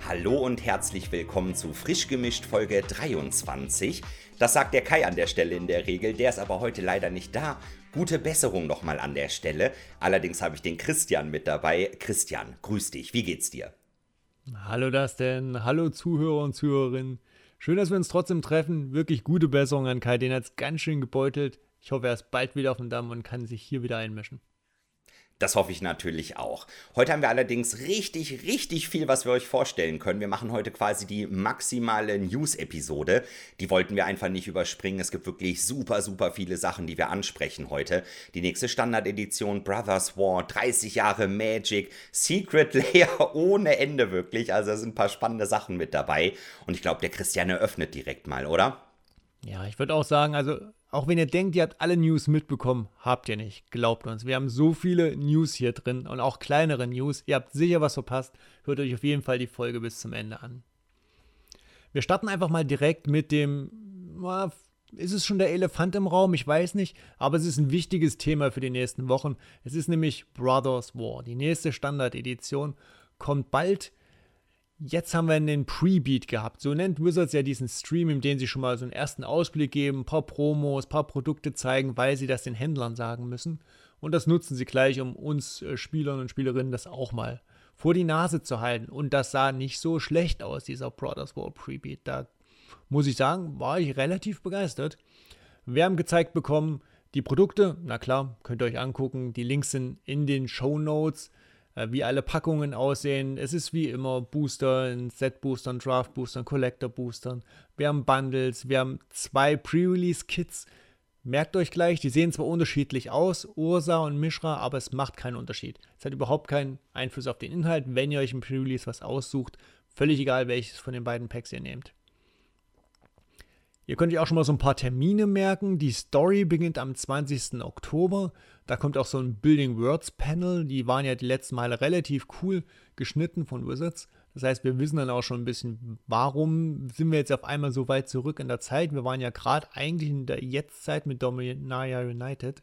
Hallo und herzlich willkommen zu Frisch gemischt Folge 23. Das sagt der Kai an der Stelle in der Regel, der ist aber heute leider nicht da. Gute Besserung nochmal an der Stelle. Allerdings habe ich den Christian mit dabei. Christian, grüß dich, wie geht's dir? Hallo Dustin, hallo Zuhörer und Zuhörerinnen. Schön, dass wir uns trotzdem treffen. Wirklich gute Besserung an Kai, den hat es ganz schön gebeutelt. Ich hoffe, er ist bald wieder auf dem Damm und kann sich hier wieder einmischen. Das hoffe ich natürlich auch. Heute haben wir allerdings richtig viel, was wir euch vorstellen können. Wir machen heute quasi die maximale News-Episode. Die wollten wir einfach nicht überspringen. Es gibt wirklich super viele Sachen, die wir ansprechen heute. Die nächste Standard-Edition, Brothers War, 30 Jahre Magic, Secret Lair ohne Ende wirklich. Also da sind ein paar spannende Sachen mit dabei. Und ich glaube, der Christian eröffnet direkt mal, oder? Ja, ich würde auch sagen, also auch wenn ihr denkt, ihr habt alle News mitbekommen, habt ihr nicht. Glaubt uns. Wir haben so viele News hier drin und auch kleinere News. Ihr habt sicher was verpasst. Hört euch auf jeden Fall die Folge bis zum Ende an. Wir starten einfach mal direkt mit dem, ist es schon der Elefant im Raum? Ich weiß nicht, aber es ist ein wichtiges Thema für die nächsten Wochen. Es ist nämlich Brothers War. Die nächste Standard-Edition kommt bald. Jetzt haben wir einen Pre-Beat gehabt. So nennt Wizards ja diesen Stream, in dem sie schon mal so einen ersten Ausblick geben, ein paar Promos, ein paar Produkte zeigen, weil sie das den Händlern sagen müssen. Und das nutzen sie gleich, um uns Spielern und Spielerinnen das auch mal vor die Nase zu halten. Und das sah nicht so schlecht aus, dieser Brothers War Pre-Beat. Da muss ich sagen, war ich relativ begeistert. Wir haben gezeigt bekommen, die Produkte, na klar, könnt ihr euch angucken. Die Links sind in den Shownotes. Wie alle Packungen aussehen. Es ist wie immer Booster, Set-Boostern, Draft-Boostern, Collector-Boostern. Wir haben Bundles, wir haben 2 Pre-Release-Kits. Merkt euch gleich, die sehen zwar unterschiedlich aus, Ursa und Mishra, aber es macht keinen Unterschied. Es hat überhaupt keinen Einfluss auf den Inhalt, wenn ihr euch im Pre-Release was aussucht. Völlig egal, welches von den beiden Packs ihr nehmt. Ihr könnt euch auch schon mal so ein paar Termine merken. Die Story beginnt am 20. Oktober. Da kommt auch so ein Building Worlds Panel. Die waren ja die letzten Male relativ cool geschnitten von Wizards. Das heißt, wir wissen dann auch schon ein bisschen, warum sind wir jetzt auf einmal so weit zurück in der Zeit. Wir waren ja gerade eigentlich in der Jetztzeit mit Dominaria United.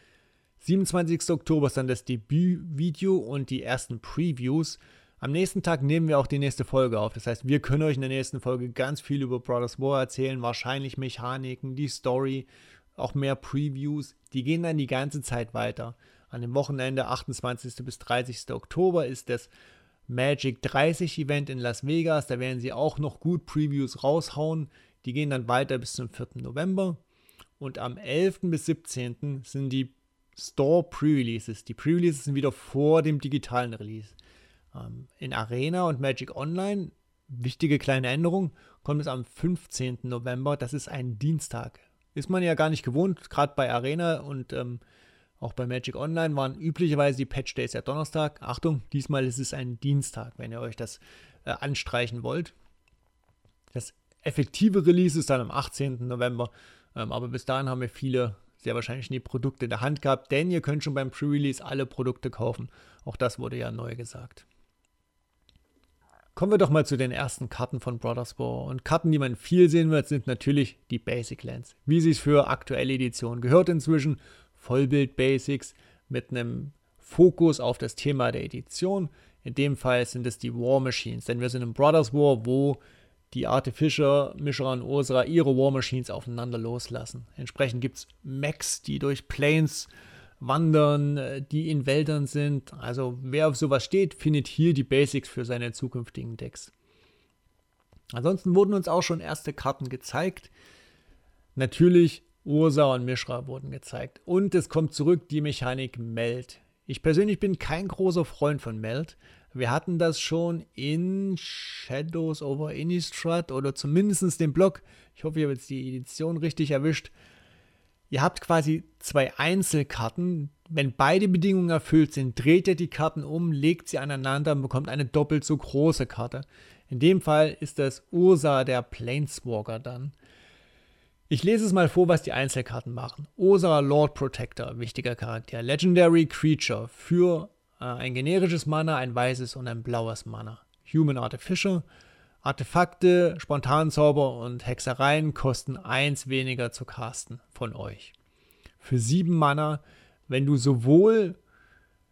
27. Oktober ist dann das Debütvideo und die ersten Previews. Am nächsten Tag nehmen wir auch die nächste Folge auf. Das heißt, wir können euch in der nächsten Folge ganz viel über Brothers War erzählen, wahrscheinlich Mechaniken, die Story, auch mehr Previews. Die gehen dann die ganze Zeit weiter. An dem Wochenende, 28. bis 30. Oktober, ist das Magic 30 Event in Las Vegas. Da werden sie auch noch gut Previews raushauen. Die gehen dann weiter bis zum 4. November. Und am 11. bis 17. sind die Store Pre-Releases. Die Pre-Releases sind wieder vor dem digitalen Release. In Arena und Magic Online, wichtige kleine Änderung, kommt es am 15. November, das ist ein Dienstag. Ist man ja gar nicht gewohnt, gerade bei Arena und auch bei Magic Online waren üblicherweise die Patch Days ja Donnerstag. Achtung, diesmal ist es ein Dienstag, wenn ihr euch das anstreichen wollt. Das effektive Release ist dann am 18. November, aber bis dahin haben wir viele sehr wahrscheinlich nie Produkte in der Hand gehabt, denn ihr könnt schon beim Pre-Release alle Produkte kaufen. Auch das wurde ja neu gesagt. Kommen wir doch mal zu den ersten Karten von Brothers War. Und Karten, die man viel sehen wird, sind natürlich die Basic Lands. Wie sie es für aktuelle Editionen gehört inzwischen. Vollbild-Basics mit einem Fokus auf das Thema der Edition. In dem Fall sind es die War Machines. Denn wir sind im Brothers War, wo die Artificer, Mishra und Ursa ihre War Machines aufeinander loslassen. Entsprechend gibt es Mechs, die durch Planes wandern, die in Wäldern sind. Also wer auf sowas steht, findet hier die Basics für seine zukünftigen Decks. Ansonsten wurden uns auch schon erste Karten gezeigt. Natürlich Ursa und Mishra wurden gezeigt. Und es kommt zurück die Mechanik Meld. Ich persönlich bin kein großer Freund von Meld. Wir hatten das schon in Shadows over Innistrad oder zumindest den Block. Ich hoffe, ihr habt jetzt die Edition richtig erwischt. Ihr habt quasi 2 Einzelkarten. Wenn beide Bedingungen erfüllt sind, dreht ihr die Karten um, legt sie aneinander und bekommt eine doppelt so große Karte. In dem Fall ist das Ursa der Planeswalker dann. Ich lese es mal vor, was die Einzelkarten machen. Ursa Lord Protector, wichtiger Charakter. Legendary Creature für ein generisches Mana, ein weißes und ein blaues Mana. Human Artificer. Artefakte, Spontanzauber und Hexereien kosten 1 weniger zu casten von euch. Für 7 Mana, wenn du sowohl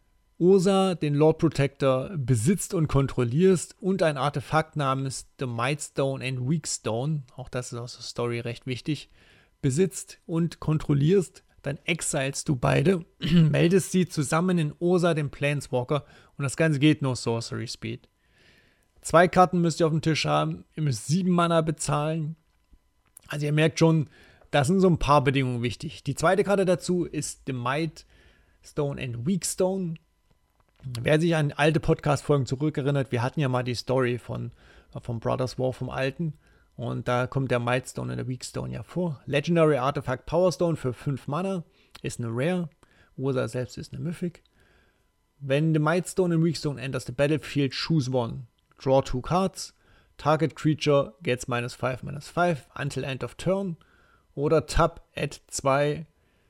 Ursa, den Lord Protector, besitzt und kontrollierst und ein Artefakt namens The Mightstone and Weakstone, auch das ist aus der Story recht wichtig, besitzt und kontrollierst, dann exilst du beide, meldest sie zusammen in Ursa, den Planeswalker, und das Ganze geht nur Sorcery Speed. 2 Karten müsst ihr auf dem Tisch haben, ihr müsst 7 Mana bezahlen. Also ihr merkt schon, da sind so ein paar Bedingungen wichtig. Die zweite Karte dazu ist The Mightstone and Weakstone. Wer sich an alte Podcast-Folgen zurückerinnert, wir hatten ja mal die Story vom Brothers War vom Alten. Und da kommt der Mightstone und der Weakstone ja vor. Legendary Artifact Powerstone für 5 Mana ist eine Rare. Ursa selbst ist eine Mythic. Wenn the Mightstone and Weakstone enters the battlefield, choose one. Draw 2 cards. Target creature gets -5/-5 until end of turn. Oder tap at 2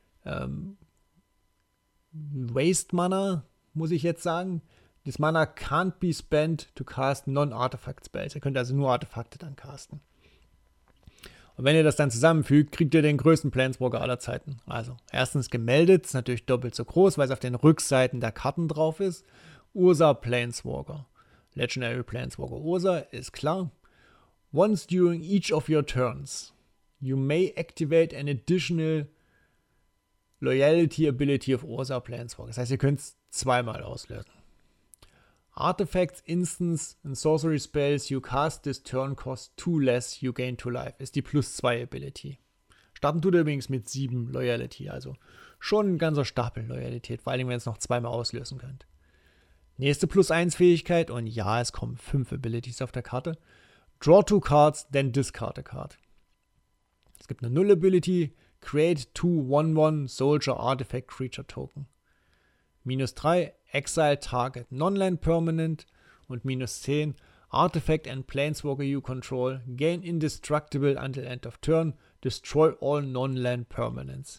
Waste Mana, muss ich jetzt sagen. This Mana can't be spent to cast non-Artifact Spells. Ihr könnt also nur Artefakte dann casten. Und wenn ihr das dann zusammenfügt, kriegt ihr den größten Planeswalker aller Zeiten. Also, erstens gemeldet, ist natürlich doppelt so groß, weil es auf den Rückseiten der Karten drauf ist. Ursa Planeswalker. Legendary Planeswalker Ursa ist klar. Once during each of your turns, you may activate an additional Loyalty Ability of Ursa Planeswalker. Das heißt, ihr könnt es zweimal auslösen. Artifacts, Instants and Sorcery Spells you cast this turn cost 2 less, you gain 2 life. Ist die +2 Ability. Starten tut ihr übrigens mit 7 Loyalty, also schon ein ganzer Stapel Loyalität, vor allem wenn ihr es noch zweimal auslösen könnt. Nächste +1 Fähigkeit, und ja, es kommen 5 Abilities auf der Karte. Draw 2 cards, then discard a card. Es gibt eine Null Ability, create 2 1/1 Soldier Artifact Creature Token. -3, exile target non-land permanent. Und -10, Artifact and Planeswalker you control gain indestructible until end of turn, destroy all non-land permanents.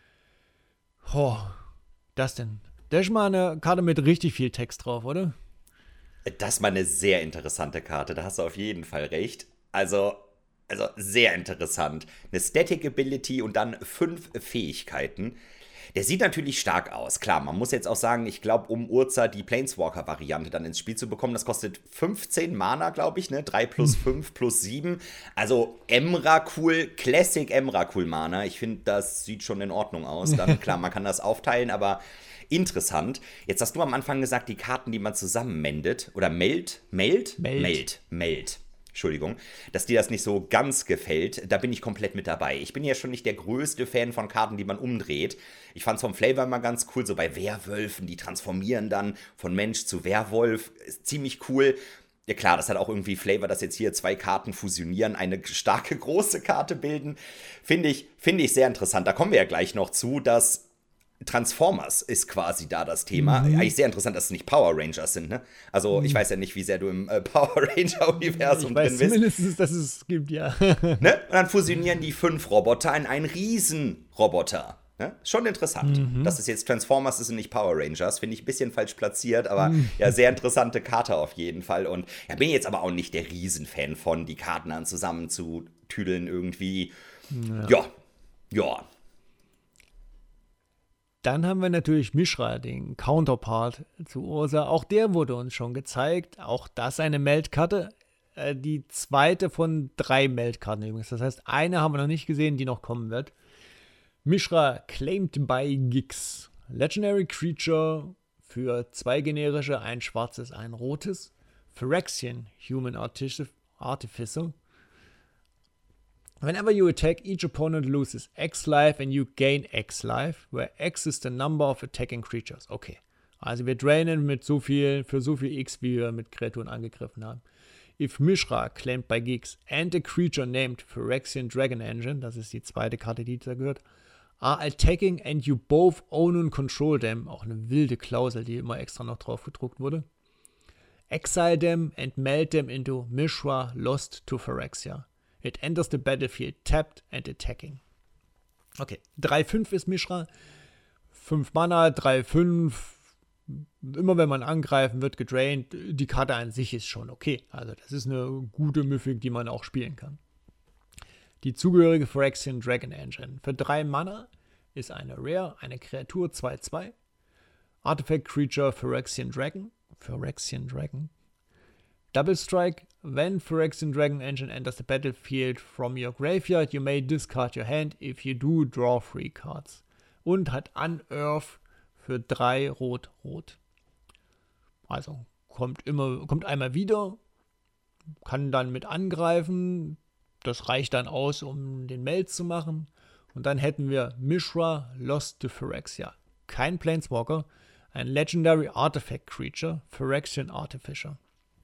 Das denn? Das ist mal eine Karte mit richtig viel Text drauf, oder? Das ist mal eine sehr interessante Karte, da hast du auf jeden Fall recht. Also sehr interessant. Eine Static Ability und dann 5 Fähigkeiten. Der sieht natürlich stark aus. Klar, man muss jetzt auch sagen, ich glaube, um Urza die Planeswalker-Variante dann ins Spiel zu bekommen, das kostet 15 Mana, glaube ich, ne? 3 + 5 + 7. Also Emrakul, Classic Emrakul Mana. Ich finde, das sieht schon in Ordnung aus. Dann, klar, man kann das aufteilen, aber interessant. Jetzt hast du am Anfang gesagt, die Karten, die man zusammenmeldet, oder meldet. Entschuldigung, dass dir das nicht so ganz gefällt, da bin ich komplett mit dabei. Ich bin ja schon nicht der größte Fan von Karten, die man umdreht. Ich fand es vom Flavor immer ganz cool, so bei Werwölfen, die transformieren dann von Mensch zu Werwolf, ist ziemlich cool. Ja klar, das hat auch irgendwie Flavor, dass jetzt hier 2 Karten fusionieren, eine starke, große Karte bilden. Finde ich sehr interessant. Da kommen wir ja gleich noch zu, dass Transformers ist quasi da das Thema. Eigentlich sehr interessant, dass es nicht Power Rangers sind, ne? Also, ich weiß ja nicht, wie sehr du im Power Ranger-Universum drin bist. Zumindest, dass es gibt, ja. Ne? Und dann fusionieren die 5 Roboter in einen Riesenroboter. Ne? Schon interessant. Dass es jetzt Transformers ist und nicht Power Rangers, finde ich ein bisschen falsch platziert, aber ja, sehr interessante Karte auf jeden Fall. Und ja, bin jetzt aber auch nicht der Riesenfan von, die Karten dann zusammenzutüdeln irgendwie. Ja. Dann haben wir natürlich Mishra, den Counterpart zu Ursa. Auch der wurde uns schon gezeigt. Auch das eine Meldkarte. Die zweite von 3 Meldkarten übrigens. Das heißt, eine haben wir noch nicht gesehen, die noch kommen wird. Mishra claimed by Gix. Legendary Creature für 2 generische, ein schwarzes, ein rotes. Phyrexian Human Artificer. Whenever you attack, each opponent loses X life and you gain X life, where X is the number of attacking creatures. Okay, also wir drainen für so viel X, wie wir mit Kreaturen angegriffen haben. If Mishra, claimed by Gix, and a creature named Phyrexian Dragon Engine, das ist die zweite Karte, die da gehört, are attacking and you both own and control them, auch eine wilde Klausel, die immer extra noch drauf gedruckt wurde. Exile them and meld them into Mishra lost to Phyrexia. It enters the battlefield tapped and attacking. Okay, 3/5 ist Mishra. 5 Mana, 3/5. Immer wenn man angreifen, wird gedraint. Die Karte an sich ist schon okay. Also das ist eine gute Mythic, die man auch spielen kann. Die zugehörige Phyrexian Dragon Engine. Für 3 Mana ist eine Rare, eine Kreatur 2/2. Artifact Creature Phyrexian Dragon. Double Strike. When Phyrexian Dragon Engine enters the battlefield from your graveyard, you may discard your hand. If you do, draw 3 cards. Und hat Unearth für 3 Rot-Rot. Also kommt einmal wieder, kann dann mit angreifen. Das reicht dann aus, um den Meld zu machen. Und dann hätten wir Mishra, Lost to Phyrexia. Kein Planeswalker, ein Legendary Artifact Creature, Phyrexian Artificer.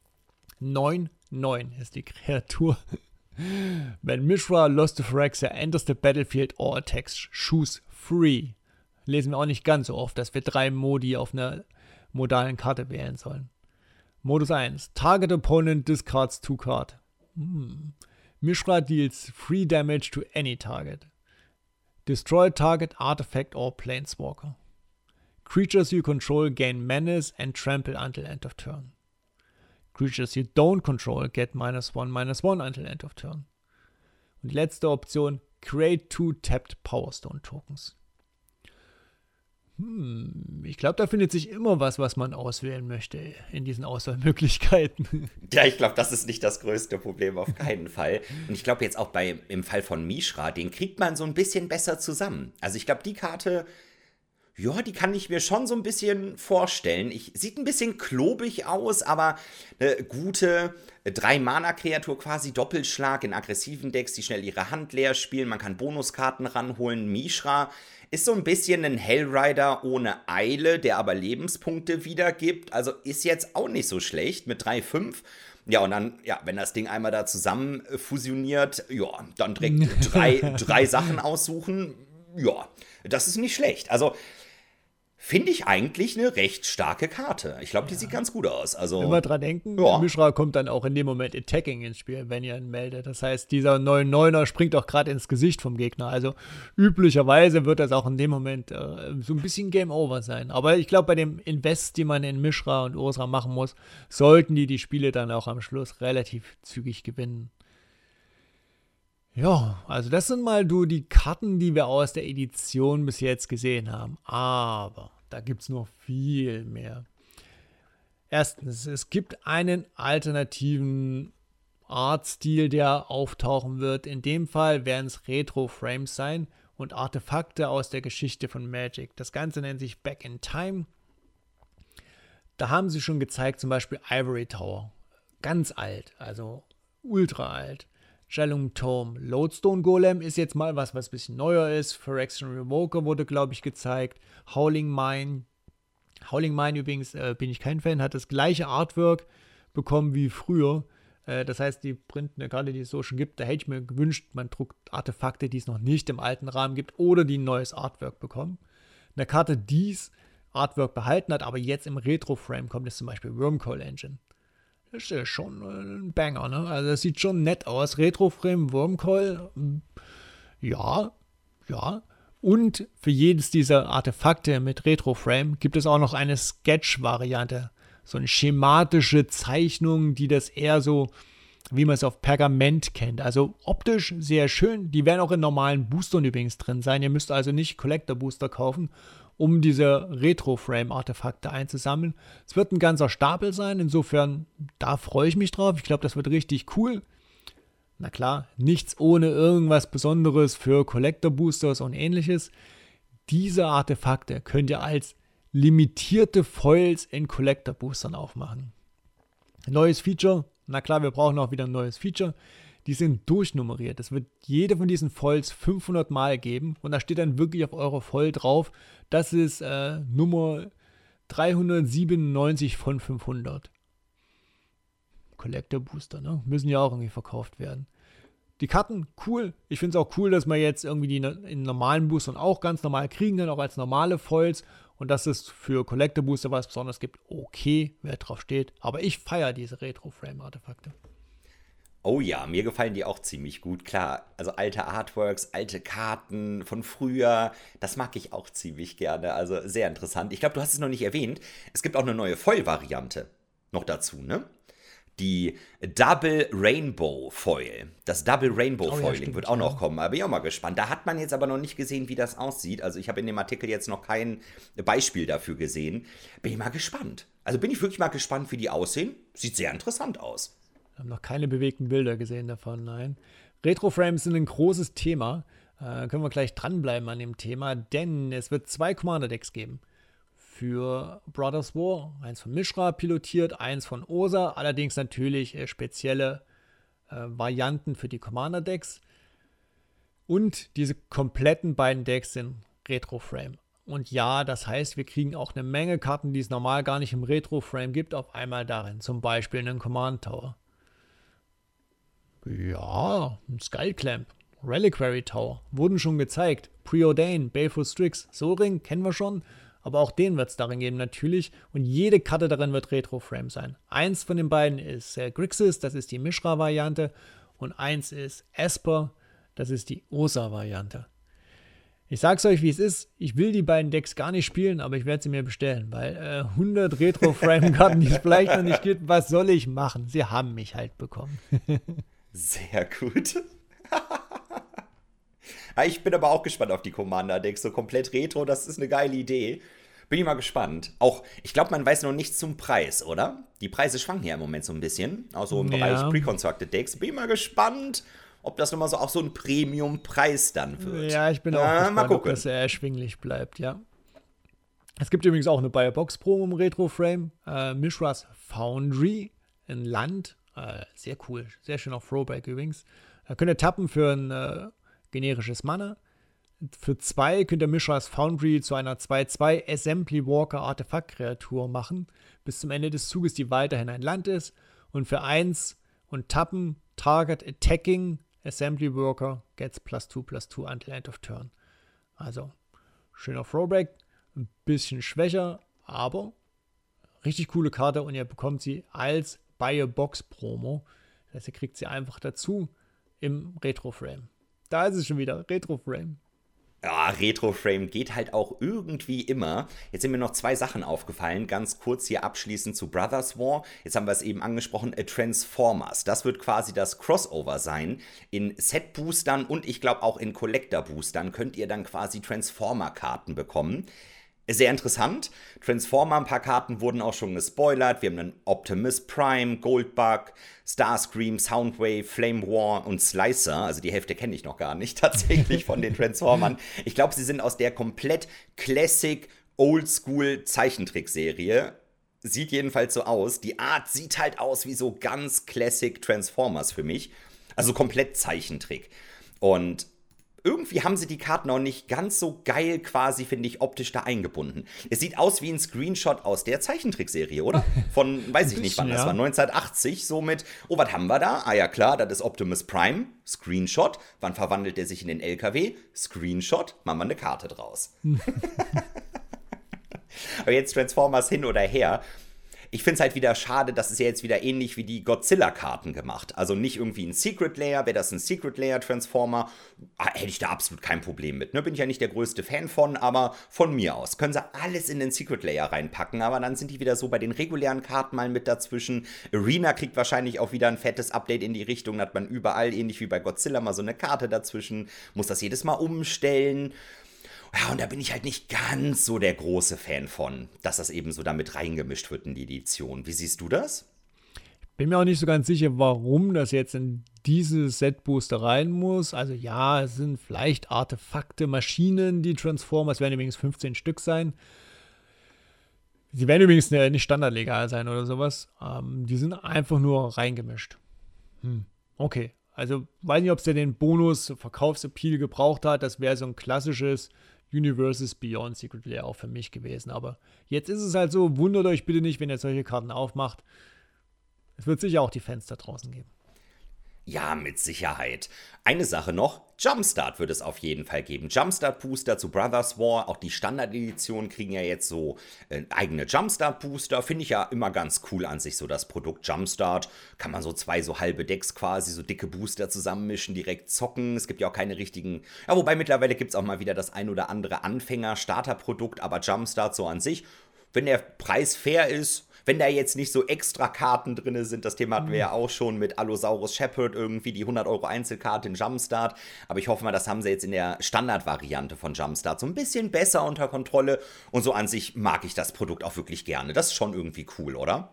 9/9 ist die Kreatur. Wenn Mishra, Lost to Phyrexia enters the battlefield or attacks, choose 3. Lesen wir auch nicht ganz so oft, dass wir 3 Modi auf einer modalen Karte wählen sollen. Modus 1. Target opponent discards 2 card. Mishra deals 3 damage to any target. Destroy target artifact or planeswalker. Creatures you control gain menace and trample until end of turn. Creatures you don't control get -1/-1 until end of turn. Und die letzte Option, create 2 tapped Power Stone Tokens. Ich glaube, da findet sich immer was man auswählen möchte in diesen Auswahlmöglichkeiten. Ja, ich glaube, das ist nicht das größte Problem, auf keinen Fall. Und ich glaube jetzt auch im Fall von Mishra, den kriegt man so ein bisschen besser zusammen. Also ich glaube, die Karte, ja, die kann ich mir schon so ein bisschen vorstellen. Sieht ein bisschen klobig aus, aber eine gute 3-Mana-Kreatur quasi, Doppelschlag in aggressiven Decks, die schnell ihre Hand leer spielen. Man kann Bonuskarten ranholen. Mishra ist so ein bisschen ein Hellrider ohne Eile, der aber Lebenspunkte wiedergibt. Also ist jetzt auch nicht so schlecht mit 3/5. Ja, und dann, ja, wenn das Ding einmal da zusammen fusioniert, ja, dann direkt drei Sachen aussuchen. Ja, das ist nicht schlecht. Also finde ich eigentlich eine recht starke Karte. Ich glaube, die sieht ganz gut aus. Also, wenn wir dran denken, Mishra kommt dann auch in dem Moment Attacking ins Spiel, wenn ihr ihn meldet. Das heißt, dieser 9/9er springt auch gerade ins Gesicht vom Gegner. Also üblicherweise wird das auch in dem Moment so ein bisschen Game Over sein. Aber ich glaube, bei dem Invest, die man in Mishra und Ursa machen muss, sollten die Spiele dann auch am Schluss relativ zügig gewinnen. Ja, also das sind mal die Karten, die wir aus der Edition bis jetzt gesehen haben. Aber da gibt es noch viel mehr. Erstens, es gibt einen alternativen Artstil, der auftauchen wird. In dem Fall werden es Retro-Frames sein und Artefakte aus der Geschichte von Magic. Das Ganze nennt sich Back in Time. Da haben sie schon gezeigt, zum Beispiel Ivory Tower. Ganz alt, also ultra alt. Jalung Tome. Lodestone Golem ist jetzt mal was ein bisschen neuer ist. Phyrexian Revoker wurde, glaube ich, gezeigt. Howling Mine. Howling Mine übrigens, bin ich kein Fan, hat das gleiche Artwork bekommen wie früher. Das heißt, die printen eine Karte, die es so schon gibt. Da hätte ich mir gewünscht, man druckt Artefakte, die es noch nicht im alten Rahmen gibt oder die ein neues Artwork bekommen. Eine Karte, die das Artwork behalten hat, aber jetzt im Retro-Frame kommt, ist zum Beispiel Wormcoil Engine. Das ist ja schon ein Banger, ne? Also das sieht schon nett aus. Retro-Frame, Wormcoil, ja. Und für jedes dieser Artefakte mit Retro-Frame gibt es auch noch eine Sketch-Variante. So eine schematische Zeichnung, die das eher so, wie man es auf Pergament kennt. Also optisch sehr schön. Die werden auch in normalen Boostern übrigens drin sein. Ihr müsst also nicht Collector-Booster kaufen, um diese Retro-Frame-Artefakte einzusammeln. Es wird ein ganzer Stapel sein, insofern, da freue ich mich drauf. Ich glaube, das wird richtig cool. Na klar, nichts ohne irgendwas Besonderes für Collector-Boosters und ähnliches. Diese Artefakte könnt ihr als limitierte Foils in Collector-Boostern aufmachen. Neues Feature, na klar, wir brauchen auch wieder ein neues Feature. Die sind durchnummeriert. Es wird jede von diesen Foils 500 Mal geben und da steht dann wirklich auf eurer Foil drauf, das ist Nummer 397 von 500. Collector Booster, ne? Müssen ja auch irgendwie verkauft werden. Die Karten, cool. Ich finde es auch cool, dass man jetzt irgendwie die in normalen Boostern auch ganz normal kriegen, dann auch als normale Foils und dass es für Collector Booster was Besonderes gibt. Okay, wer drauf steht. Aber ich feiere diese Retro-Frame-Artefakte. Oh ja, mir gefallen die auch ziemlich gut. Klar, also alte Artworks, alte Karten von früher, das mag ich auch ziemlich gerne. Also sehr interessant. Ich glaube, du hast es noch nicht erwähnt. Es gibt auch eine neue Foil-Variante noch dazu, ne? Die Double Rainbow Foil. Das Double Rainbow Foiling stimmt, wird auch noch kommen. Da bin ich auch mal gespannt. Da hat man jetzt aber noch nicht gesehen, wie das aussieht. Also ich habe in dem Artikel jetzt noch kein Beispiel dafür gesehen. Bin ich mal gespannt. Also bin ich wirklich mal gespannt, wie die aussehen. Sieht sehr interessant aus. Wir haben noch keine bewegten Bilder gesehen davon, nein. Retroframes sind ein großes Thema. Können wir gleich dranbleiben an dem Thema, denn es wird 2 Commander-Decks geben. Für Brothers War, eins von Mishra pilotiert, eins von Ursa, allerdings natürlich spezielle Varianten für die Commander-Decks. Und diese kompletten beiden Decks sind Retroframe. Und ja, das heißt, wir kriegen auch eine Menge Karten, die es normal gar nicht im Retroframe gibt, auf einmal darin. Zum Beispiel einen Command Tower. Ja, ein Skullclamp, Reliquary Tower, wurden schon gezeigt. Preordain, Baleful Strix, Soring kennen wir schon. Aber auch den wird es darin geben, natürlich. Und jede Karte darin wird Retroframe sein. Eins von den beiden ist Grixis, das ist die Mishra-Variante. Und eins ist Esper, das ist die Ursa-Variante. Ich sag's euch, wie es ist. Ich will die beiden Decks gar nicht spielen, aber ich werde sie mir bestellen. Weil 100 Retroframe-Karten, die es vielleicht noch nicht gibt, was soll ich machen? Sie haben mich halt bekommen. Sehr gut. Ich bin aber auch gespannt auf die Commander-Decks. So komplett Retro, das ist eine geile Idee. Bin ich mal gespannt. Auch, ich glaube, man weiß noch nichts zum Preis, oder? Die Preise schwanken ja im Moment so ein bisschen. Auch so im Bereich Pre-Constructed Decks. Bin ich mal gespannt, ob das nochmal so auch so ein Premium-Preis dann wird. Ja, ich bin auch gespannt, ob das erschwinglich bleibt, ja. Es gibt übrigens auch eine Buy-a-Box-Promo im Retro-Frame. Mishra's Foundry, ein Land. Sehr cool, sehr schön auf Throwback übrigens. Könnt ihr tappen für ein generisches Mana. Für 2 könnt ihr Mishra's Foundry zu einer 2/2 Assembly Walker Artefakt-Kreatur machen, bis zum Ende des Zuges, die weiterhin ein Land ist. Und für 1 und tappen, Target Attacking Assembly Worker gets +2/+2 until end of turn. Also, schöner Throwback, ein bisschen schwächer, aber richtig coole Karte und ihr bekommt sie als Buy-a-Box-Promo. Das heißt, ihr kriegt sie einfach dazu im Retro-Frame. Da ist es schon wieder, Retro-Frame. Ja, Retro-Frame geht halt auch irgendwie immer. Jetzt sind mir noch 2 Sachen aufgefallen, ganz kurz hier abschließend zu Brothers War. Jetzt haben wir es eben angesprochen, Transformers. Das wird quasi das Crossover sein. In Set-Boostern und ich glaube auch in Collector-Boostern könnt ihr dann quasi Transformer-Karten bekommen. Sehr interessant. Transformer, ein paar Karten wurden auch schon gespoilert. Wir haben einen Optimus Prime, Goldbug, Starscream, Soundwave, Flame War und Slicer. Also die Hälfte kenne ich noch gar nicht tatsächlich von den Transformern. Ich glaube, sie sind aus der komplett Classic Oldschool Zeichentrickserie. Sieht jedenfalls so aus. Die Art sieht halt aus wie so ganz Classic Transformers für mich. Also komplett Zeichentrick. Und irgendwie haben sie die Karten auch nicht ganz so geil quasi, finde ich, optisch da eingebunden. Es sieht aus wie ein Screenshot aus der Zeichentrickserie, oder? Von, weiß ich nicht wann das war, 1980, somit, oh, was haben wir da? Ah ja, klar, das ist Optimus Prime, Screenshot. Wann verwandelt er sich in den LKW? Screenshot, machen wir eine Karte draus. Aber jetzt Transformers hin oder her. Ich finde es halt wieder schade, das ist ja jetzt wieder ähnlich wie die Godzilla-Karten gemacht. Also nicht irgendwie ein Secret Layer, wäre das ein Secret Layer-Transformer, hätte ich da absolut kein Problem mit. Ne? Bin ich ja nicht der größte Fan von, aber von mir aus. Können sie alles in den Secret Layer reinpacken, aber dann sind die wieder so bei den regulären Karten mal mit dazwischen. Arena kriegt wahrscheinlich auch wieder ein fettes Update in die Richtung, hat man überall, ähnlich wie bei Godzilla, mal so eine Karte dazwischen, muss das jedes Mal umstellen. Ja, und da bin ich halt nicht ganz so der große Fan von, dass das eben so damit reingemischt wird in die Edition. Wie siehst du das? Bin mir auch nicht so ganz sicher, warum das jetzt in diese Set-Booster rein muss. Also ja, es sind vielleicht Artefakte, Maschinen, die Transformers, werden übrigens 15 Stück sein. Sie werden übrigens nicht standardlegal sein oder sowas. Die sind einfach nur reingemischt. Okay, also weiß nicht, ob es ja den Bonus-Verkaufsappeal gebraucht hat. Das wäre so ein klassisches Universes Beyond Secret Lair auch für mich gewesen. Aber jetzt ist es halt so, wundert euch bitte nicht, wenn ihr solche Karten aufmacht. Es wird sicher auch die Fans da draußen geben. Ja, mit Sicherheit. Eine Sache noch, Jumpstart wird es auf jeden Fall geben. Jumpstart-Booster zu Brothers War, auch die Standard-Editionen kriegen ja jetzt so eigene Jumpstart-Booster. Finde ich ja immer ganz cool an sich, so das Produkt Jumpstart. Kann man so 2 so halbe Decks quasi, so dicke Booster zusammenmischen, direkt zocken. Es gibt ja auch keine richtigen, ja, wobei mittlerweile gibt es auch mal wieder das ein oder andere Anfänger-Starter-Produkt, aber Jumpstart so an sich, wenn der Preis fair ist, Wenn da jetzt nicht so extra Karten drin sind, das Thema hatten wir ja auch schon mit Allosaurus Shepherd irgendwie, die 100 € Einzelkarte in Jumpstart. Aber ich hoffe mal, das haben sie jetzt in der Standardvariante von Jumpstart so ein bisschen besser unter Kontrolle. Und so an sich mag ich das Produkt auch wirklich gerne. Das ist schon irgendwie cool, oder?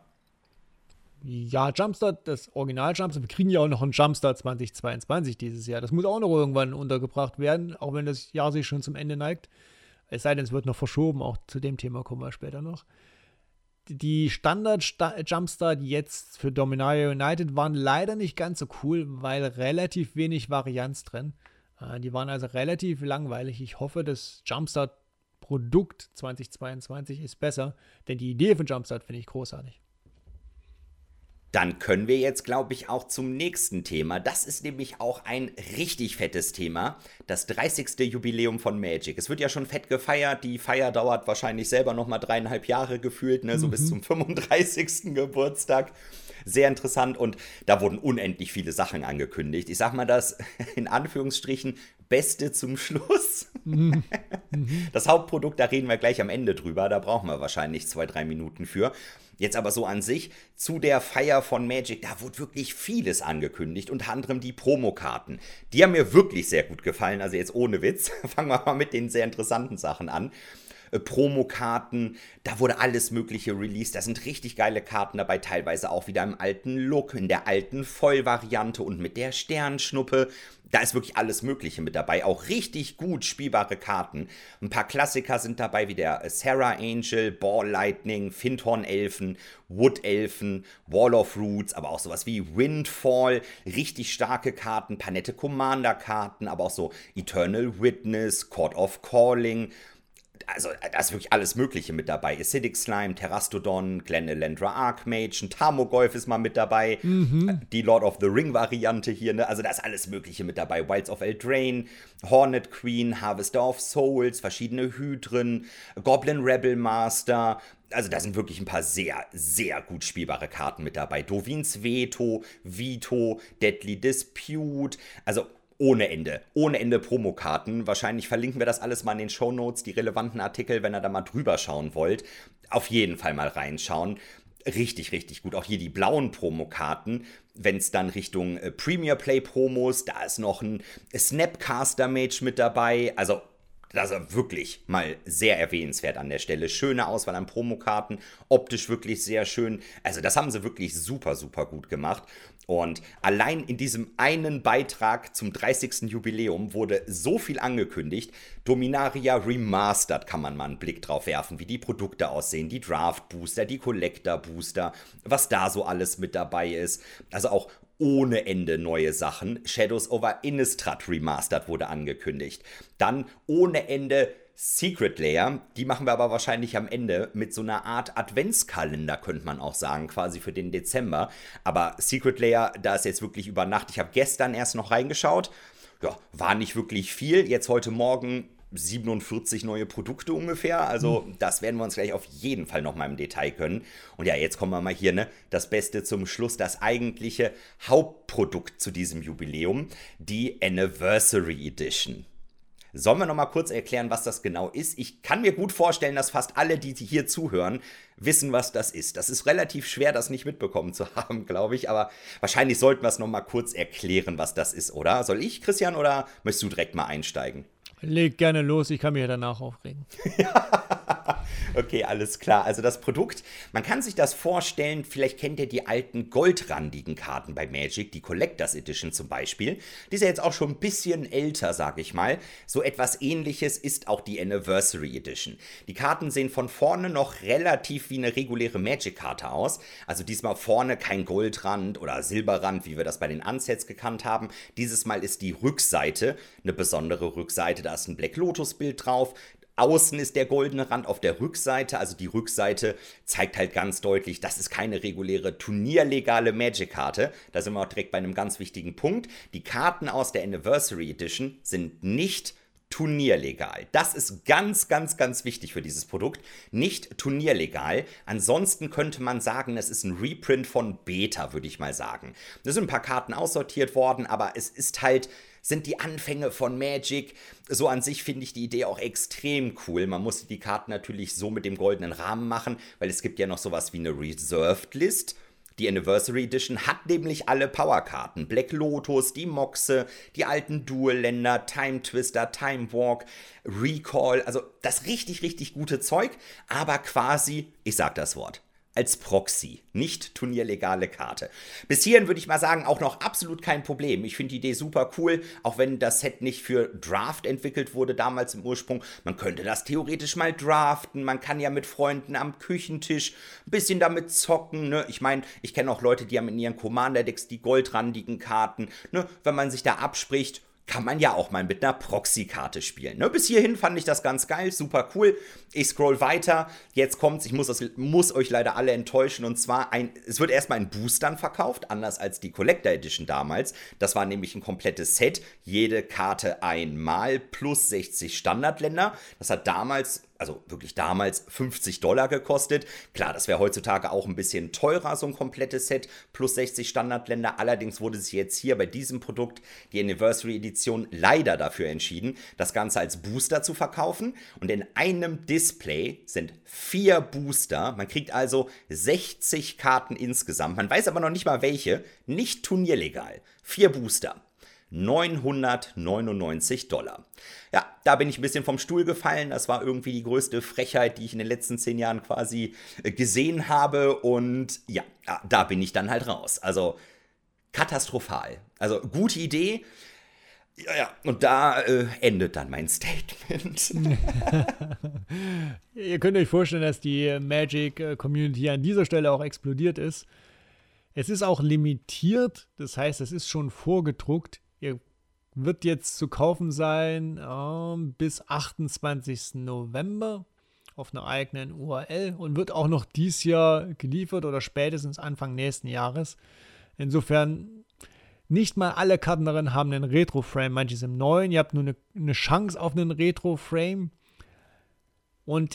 Ja, Jumpstart, das Original Jumpstart, wir kriegen ja auch noch einen Jumpstart 2022 dieses Jahr. Das muss auch noch irgendwann untergebracht werden, auch wenn das Jahr sich schon zum Ende neigt. Es sei denn, es wird noch verschoben, auch zu dem Thema kommen wir später noch. Die Standard-Jumpstart jetzt für Dominaria United waren leider nicht ganz so cool, weil relativ wenig Varianz drin. Die waren also relativ langweilig. Ich hoffe, das Jumpstart-Produkt 2022 ist besser, denn die Idee von Jumpstart finde ich großartig. Dann können wir jetzt, glaube ich, auch zum nächsten Thema. Das ist nämlich auch ein richtig fettes Thema. Das 30. Jubiläum von Magic. Es wird ja schon fett gefeiert. Die Feier dauert wahrscheinlich selber nochmal 3,5 Jahre gefühlt, ne? So bis zum 35. Geburtstag. Sehr interessant und da wurden unendlich viele Sachen angekündigt. Ich sag mal das in Anführungsstrichen Beste zum Schluss. Das Hauptprodukt, da reden wir gleich am Ende drüber. Da brauchen wir wahrscheinlich 2-3 Minuten für. Jetzt aber so an sich, zu der Feier von Magic, da wurde wirklich vieles angekündigt, unter anderem die Promokarten. Die haben mir wirklich sehr gut gefallen, also jetzt ohne Witz. Fangen wir mal mit den sehr interessanten Sachen an. Promokarten, da wurde alles mögliche released, da sind richtig geile Karten dabei, teilweise auch wieder im alten Look, in der alten Vollvariante und mit der Sternschnuppe. Da ist wirklich alles Mögliche mit dabei, auch richtig gut spielbare Karten. Ein paar Klassiker sind dabei, wie der Sarah Angel, Ball Lightning, Findhorn Elfen, Wood Elfen, Wall of Roots, aber auch sowas wie Windfall, richtig starke Karten, paar nette Commander-Karten, aber auch so Eternal Witness, Court of Calling. Also, da ist wirklich alles Mögliche mit dabei. Acidic Slime, Terastodon, Glen-Elendra Archmage, ein Tarmogoyf ist mal mit dabei. Die Lord of the Ring-Variante hier, ne? Also, da ist alles Mögliche mit dabei. Wilds of Eldraine, Hornet Queen, Harvester of Souls, verschiedene Hydren, Goblin Rebel Master. Also, da sind wirklich ein paar sehr, sehr gut spielbare Karten mit dabei. Dovins Veto, Vito, Deadly Dispute. Also, ohne Ende Promokarten. Wahrscheinlich verlinken wir das alles mal in den Shownotes, die relevanten Artikel, wenn ihr da mal drüber schauen wollt. Auf jeden Fall mal reinschauen. Richtig, richtig gut. Auch hier die blauen Promokarten, wenn es dann Richtung Premier Play Promos, da ist noch ein Snapcaster Mage mit dabei. Also, das ist wirklich mal sehr erwähnenswert an der Stelle. Schöne Auswahl an Promokarten, optisch wirklich sehr schön. Also das haben sie wirklich super, super gut gemacht. Und allein in diesem einen Beitrag zum 30. Jubiläum wurde so viel angekündigt. Dominaria Remastered kann man mal einen Blick drauf werfen, wie die Produkte aussehen, die Draft Booster, die Collector Booster, was da so alles mit dabei ist. Also auch ohne Ende neue Sachen. Shadows over Innistrad Remastered wurde angekündigt. Dann ohne Ende Secret Lair, die machen wir aber wahrscheinlich am Ende mit so einer Art Adventskalender, könnte man auch sagen, quasi für den Dezember. Aber Secret Lair, da ist jetzt wirklich über Nacht. Ich habe gestern erst noch reingeschaut. Ja, war nicht wirklich viel. Jetzt heute Morgen 47 neue Produkte ungefähr. Also das werden wir uns gleich auf jeden Fall noch mal im Detail gönnen. Und ja, jetzt kommen wir mal hier, ne? Das Beste zum Schluss, das eigentliche Hauptprodukt zu diesem Jubiläum, die Anniversary Edition. Sollen wir noch mal kurz erklären, was das genau ist? Ich kann mir gut vorstellen, dass fast alle, die hier zuhören, wissen, was das ist. Das ist relativ schwer, das nicht mitbekommen zu haben, glaube ich. Aber wahrscheinlich sollten wir es noch mal kurz erklären, was das ist, oder? Soll ich, Christian, oder möchtest du direkt mal einsteigen? Leg gerne los, ich kann mich ja danach aufregen. Okay, alles klar. Also das Produkt, man kann sich das vorstellen, vielleicht kennt ihr die alten goldrandigen Karten bei Magic, die Collectors Edition zum Beispiel. Die ist ja jetzt auch schon ein bisschen älter, sag ich mal. So etwas Ähnliches ist auch die Anniversary Edition. Die Karten sehen von vorne noch relativ wie eine reguläre Magic-Karte aus. Also diesmal vorne kein Goldrand oder Silberrand, wie wir das bei den Unsets gekannt haben. Dieses Mal ist die Rückseite eine besondere Rückseite. Da ist ein Black Lotus-Bild drauf. Außen ist der goldene Rand auf der Rückseite, also die Rückseite zeigt halt ganz deutlich, das ist keine reguläre turnierlegale Magic-Karte. Da sind wir auch direkt bei einem ganz wichtigen Punkt. Die Karten aus der Anniversary Edition sind nicht turnierlegal. Das ist ganz, ganz, ganz wichtig für dieses Produkt. Nicht turnierlegal. Ansonsten könnte man sagen, es ist ein Reprint von Beta, würde ich mal sagen. Da sind ein paar Karten aussortiert worden, aber es ist halt sind die Anfänge von Magic. So an sich finde ich die Idee auch extrem cool. Man musste die Karten natürlich so mit dem goldenen Rahmen machen, weil es gibt ja noch sowas wie eine Reserved List. Die Anniversary Edition hat nämlich alle Powerkarten. Black Lotus, die Moxe, die alten Dual-Länder, Time Twister, Time Walk, Recall. Also das richtig, richtig gute Zeug, aber quasi, ich sag das Wort, als Proxy, nicht turnierlegale Karte. Bis hierhin würde ich mal sagen, auch noch absolut kein Problem. Ich finde die Idee super cool, auch wenn das Set nicht für Draft entwickelt wurde, damals im Ursprung. Man könnte das theoretisch mal draften, man kann ja mit Freunden am Küchentisch ein bisschen damit zocken. Ne? Ich meine, ich kenne auch Leute, die haben in ihren Commander-Decks die goldrandigen Karten. Ne? Wenn man sich da abspricht, kann man ja auch mal mit einer Proxy-Karte spielen. Ne? Bis hierhin fand ich das ganz geil, super cool. Ich scroll weiter. Jetzt kommt's, ich muss euch leider alle enttäuschen. Und zwar, es wird erstmal in Boostern verkauft, anders als die Collector Edition damals. Das war nämlich ein komplettes Set. Jede Karte einmal plus 60 Standardländer. Das hat damals, also wirklich damals, $50 gekostet. Klar, das wäre heutzutage auch ein bisschen teurer, so ein komplettes Set, plus 60 Standardländer. Allerdings wurde sich jetzt hier bei diesem Produkt die Anniversary Edition leider dafür entschieden, das Ganze als Booster zu verkaufen. Und in einem Display sind 4 Booster. Man kriegt also 60 Karten insgesamt. Man weiß aber noch nicht mal welche. Nicht turnierlegal. 4 Booster. $999. Ja, da bin ich ein bisschen vom Stuhl gefallen. Das war irgendwie die größte Frechheit, die ich in den letzten 10 Jahren quasi gesehen habe. Und ja, da bin ich dann halt raus. Also katastrophal. Also gute Idee. Ja, und da endet dann mein Statement. Ihr könnt euch vorstellen, dass die Magic-Community an dieser Stelle auch explodiert ist. Es ist auch limitiert, das heißt, es ist schon vorgedruckt. Wird jetzt zu kaufen sein bis 28. November auf einer eigenen URL und wird auch noch dieses Jahr geliefert oder spätestens Anfang nächsten Jahres. Insofern, nicht mal alle Karten darin haben einen Retro-Frame, manches im neuen. Ihr habt nur eine Chance auf einen Retro-Frame. Und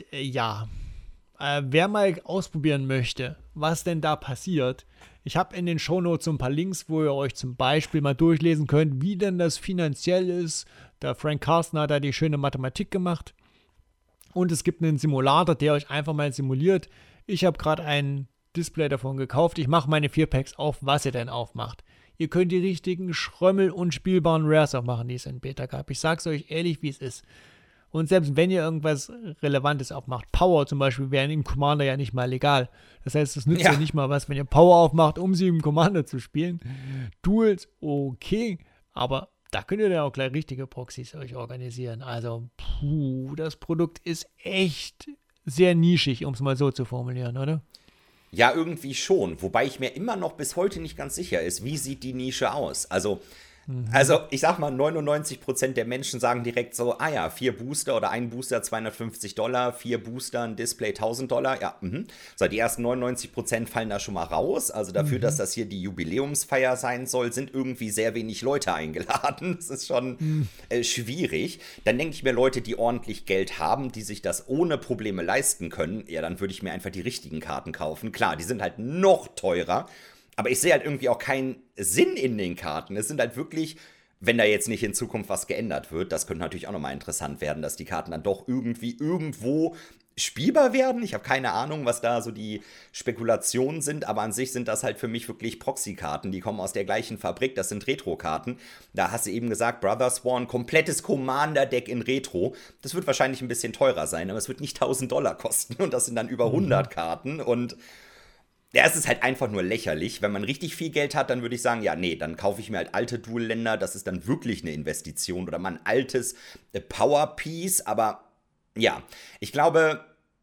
wer mal ausprobieren möchte, was denn da passiert, ich habe in den Shownotes so ein paar Links, wo ihr euch zum Beispiel mal durchlesen könnt, wie denn das finanziell ist. Der Frank Carson hat da die schöne Mathematik gemacht. Und es gibt einen Simulator, der euch einfach mal simuliert. Ich habe gerade ein Display davon gekauft. Ich mache meine 4 Packs auf, was ihr denn aufmacht. Ihr könnt die richtigen Schrömmel und spielbaren Rares auch machen, die es in Beta gab. Ich sag's euch ehrlich, wie es ist. Und selbst wenn ihr irgendwas Relevantes aufmacht, Power zum Beispiel, wäre im Commander ja nicht mal legal. Das heißt, es nützt ja nicht mal was, wenn ihr Power aufmacht, um sie im Commander zu spielen. Duels, okay, aber da könnt ihr dann auch gleich richtige Proxys euch organisieren. Also, das Produkt ist echt sehr nischig, um es mal so zu formulieren, oder? Ja, irgendwie schon. Wobei ich mir immer noch bis heute nicht ganz sicher ist, wie sieht die Nische aus? Also, ich sag mal, 99% der Menschen sagen direkt so, 4 Booster oder ein Booster $250, 4 Booster, ein Display $1000, ja, So, die ersten 99% fallen da schon mal raus. Also dafür, dass das hier die Jubiläumsfeier sein soll, sind irgendwie sehr wenig Leute eingeladen. Das ist schon schwierig. Dann denke ich mir, Leute, die ordentlich Geld haben, die sich das ohne Probleme leisten können, ja, dann würde ich mir einfach die richtigen Karten kaufen. Klar, die sind halt noch teurer. Aber ich sehe halt irgendwie auch keinen Sinn in den Karten. Es sind halt wirklich, wenn da jetzt nicht in Zukunft was geändert wird, das könnte natürlich auch nochmal interessant werden, dass die Karten dann doch irgendwie irgendwo spielbar werden. Ich habe keine Ahnung, was da so die Spekulationen sind, aber an sich sind das halt für mich wirklich Proxy-Karten. Die kommen aus der gleichen Fabrik, das sind Retro-Karten. Da hast du eben gesagt, Brother Swan, komplettes Commander-Deck in Retro. Das wird wahrscheinlich ein bisschen teurer sein, aber es wird nicht $1000 kosten und das sind dann über 100 Karten und ja, es ist halt einfach nur lächerlich. Wenn man richtig viel Geld hat, dann würde ich sagen, ja, nee, dann kaufe ich mir halt alte Dual-Länder. Das ist dann wirklich eine Investition oder mal ein altes Power-Piece. Aber ja, ich glaube,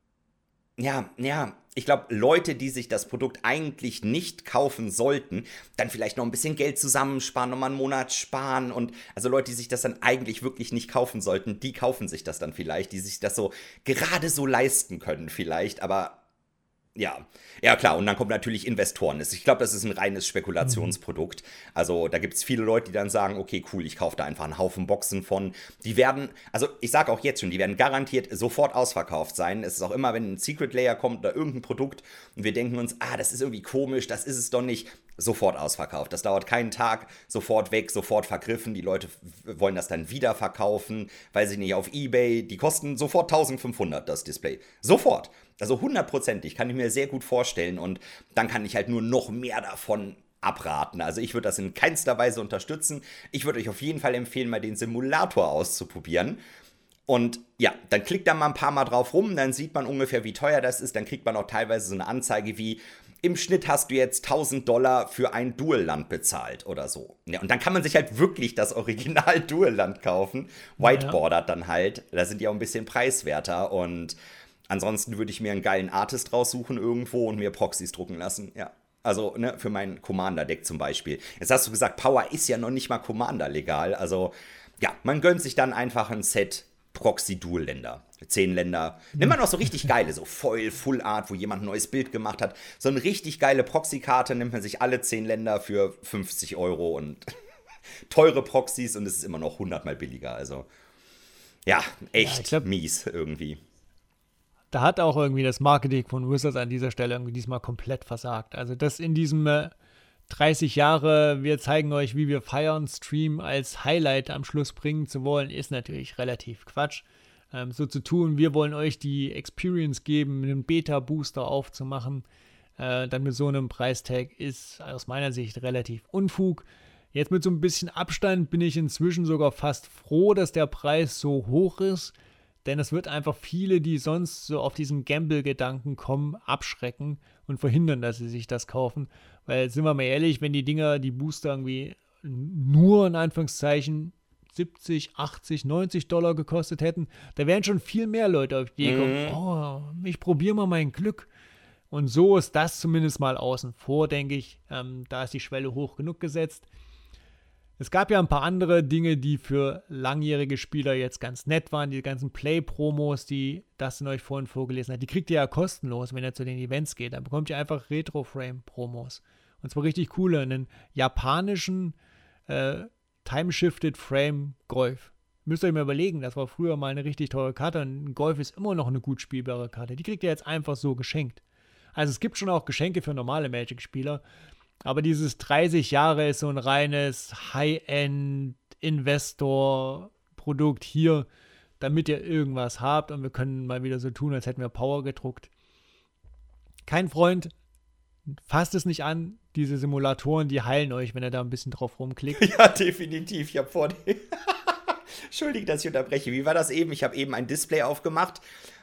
Leute, die sich das Produkt eigentlich nicht kaufen sollten, dann vielleicht noch ein bisschen Geld zusammensparen, nochmal einen Monat sparen und also Leute, die sich das dann eigentlich wirklich nicht kaufen sollten, die kaufen sich das dann vielleicht, die sich das so gerade so leisten können vielleicht, aber ja, klar, und dann kommen natürlich Investoren. Ich glaube, das ist ein reines Spekulationsprodukt. Also da gibt es viele Leute, die dann sagen, okay, cool, ich kaufe da einfach einen Haufen Boxen von. Die werden, also ich sage auch jetzt schon, die werden garantiert sofort ausverkauft sein. Es ist auch immer, wenn ein Secret Layer kommt oder irgendein Produkt und wir denken uns, das ist irgendwie komisch, das ist es doch nicht. sofort ausverkauft. Das dauert keinen Tag, sofort weg, sofort vergriffen. Die Leute wollen das dann wieder verkaufen, weiß ich nicht, auf eBay. Die kosten sofort 1500, das Display. Sofort. Also 100%, kann ich mir sehr gut vorstellen. Und dann kann ich halt nur noch mehr davon abraten. Also ich würde das in keinster Weise unterstützen. Ich würde euch auf jeden Fall empfehlen, mal den Simulator auszuprobieren. Und ja, dann klickt da mal ein paar Mal drauf rum, dann sieht man ungefähr, wie teuer das ist. Dann kriegt man auch teilweise so eine Anzeige wie: Im Schnitt hast du jetzt $1000 für ein Dual-Land bezahlt oder so. Ja, und dann kann man sich halt wirklich das Original Dual-Land kaufen. Whiteboardert dann halt. Da sind die auch ein bisschen preiswerter. Und ansonsten würde ich mir einen geilen Artist raussuchen irgendwo und mir Proxys drucken lassen. Ja. Also, ne, für mein Commander-Deck zum Beispiel. Jetzt hast du gesagt, Power ist ja noch nicht mal Commander legal. Also, ja, man gönnt sich dann einfach ein Set Proxy-Dual-Länder. 10 Länder. Nimmt man auch so richtig geile, so Foil, Full Art, wo jemand ein neues Bild gemacht hat. So eine richtig geile Proxy-Karte nimmt man sich alle 10 Länder für 50 € und teure Proxys und es ist immer noch 100-mal billiger. Also, ja, echt mies irgendwie. Da hat auch irgendwie das Marketing von Wizards an dieser Stelle irgendwie diesmal komplett versagt. Also das in diesem 30 Jahre, wir zeigen euch, wie wir feiern, Stream als Highlight am Schluss bringen zu wollen, ist natürlich relativ Quatsch. So zu tun, wir wollen euch die Experience geben, einen Beta-Booster aufzumachen, dann mit so einem Preistag, ist aus meiner Sicht relativ Unfug. Jetzt mit so ein bisschen Abstand bin ich inzwischen sogar fast froh, dass der Preis so hoch ist, denn es wird einfach viele, die sonst so auf diesen Gamble-Gedanken kommen, abschrecken und verhindern, dass sie sich das kaufen. Weil, sind wir mal ehrlich, wenn die Dinger, die Booster irgendwie nur in Anführungszeichen 70, 80, $90 gekostet hätten, da wären schon viel mehr Leute auf die gekommen. Oh, ich probiere mal mein Glück. Und so ist das zumindest mal außen vor, denke ich. Da ist die Schwelle hoch genug gesetzt. Es gab ja ein paar andere Dinge, die für langjährige Spieler jetzt ganz nett waren. Die ganzen Play-Promos, die Dustin euch vorhin vorgelesen hat, die kriegt ihr ja kostenlos, wenn ihr zu den Events geht. Dann bekommt ihr einfach Retro-Frame-Promos. Und zwar richtig coole, einen japanischen Time-Shifted Frame Golf. Müsst ihr euch mal überlegen, das war früher mal eine richtig teure Karte und ein Golf ist immer noch eine gut spielbare Karte. Die kriegt ihr jetzt einfach so geschenkt. Also es gibt schon auch Geschenke für normale Magic-Spieler, aber dieses 30 Jahre ist so ein reines High-End-Investor-Produkt hier, damit ihr irgendwas habt und wir können mal wieder so tun, als hätten wir Power gedruckt. Kein Freund, fasst es nicht an. Diese Simulatoren, die heilen euch, wenn ihr da ein bisschen drauf rumklickt. Ja, definitiv. Ich habe vor dem Entschuldigung, dass ich unterbreche. Wie war das eben? Ich habe eben ein Display aufgemacht.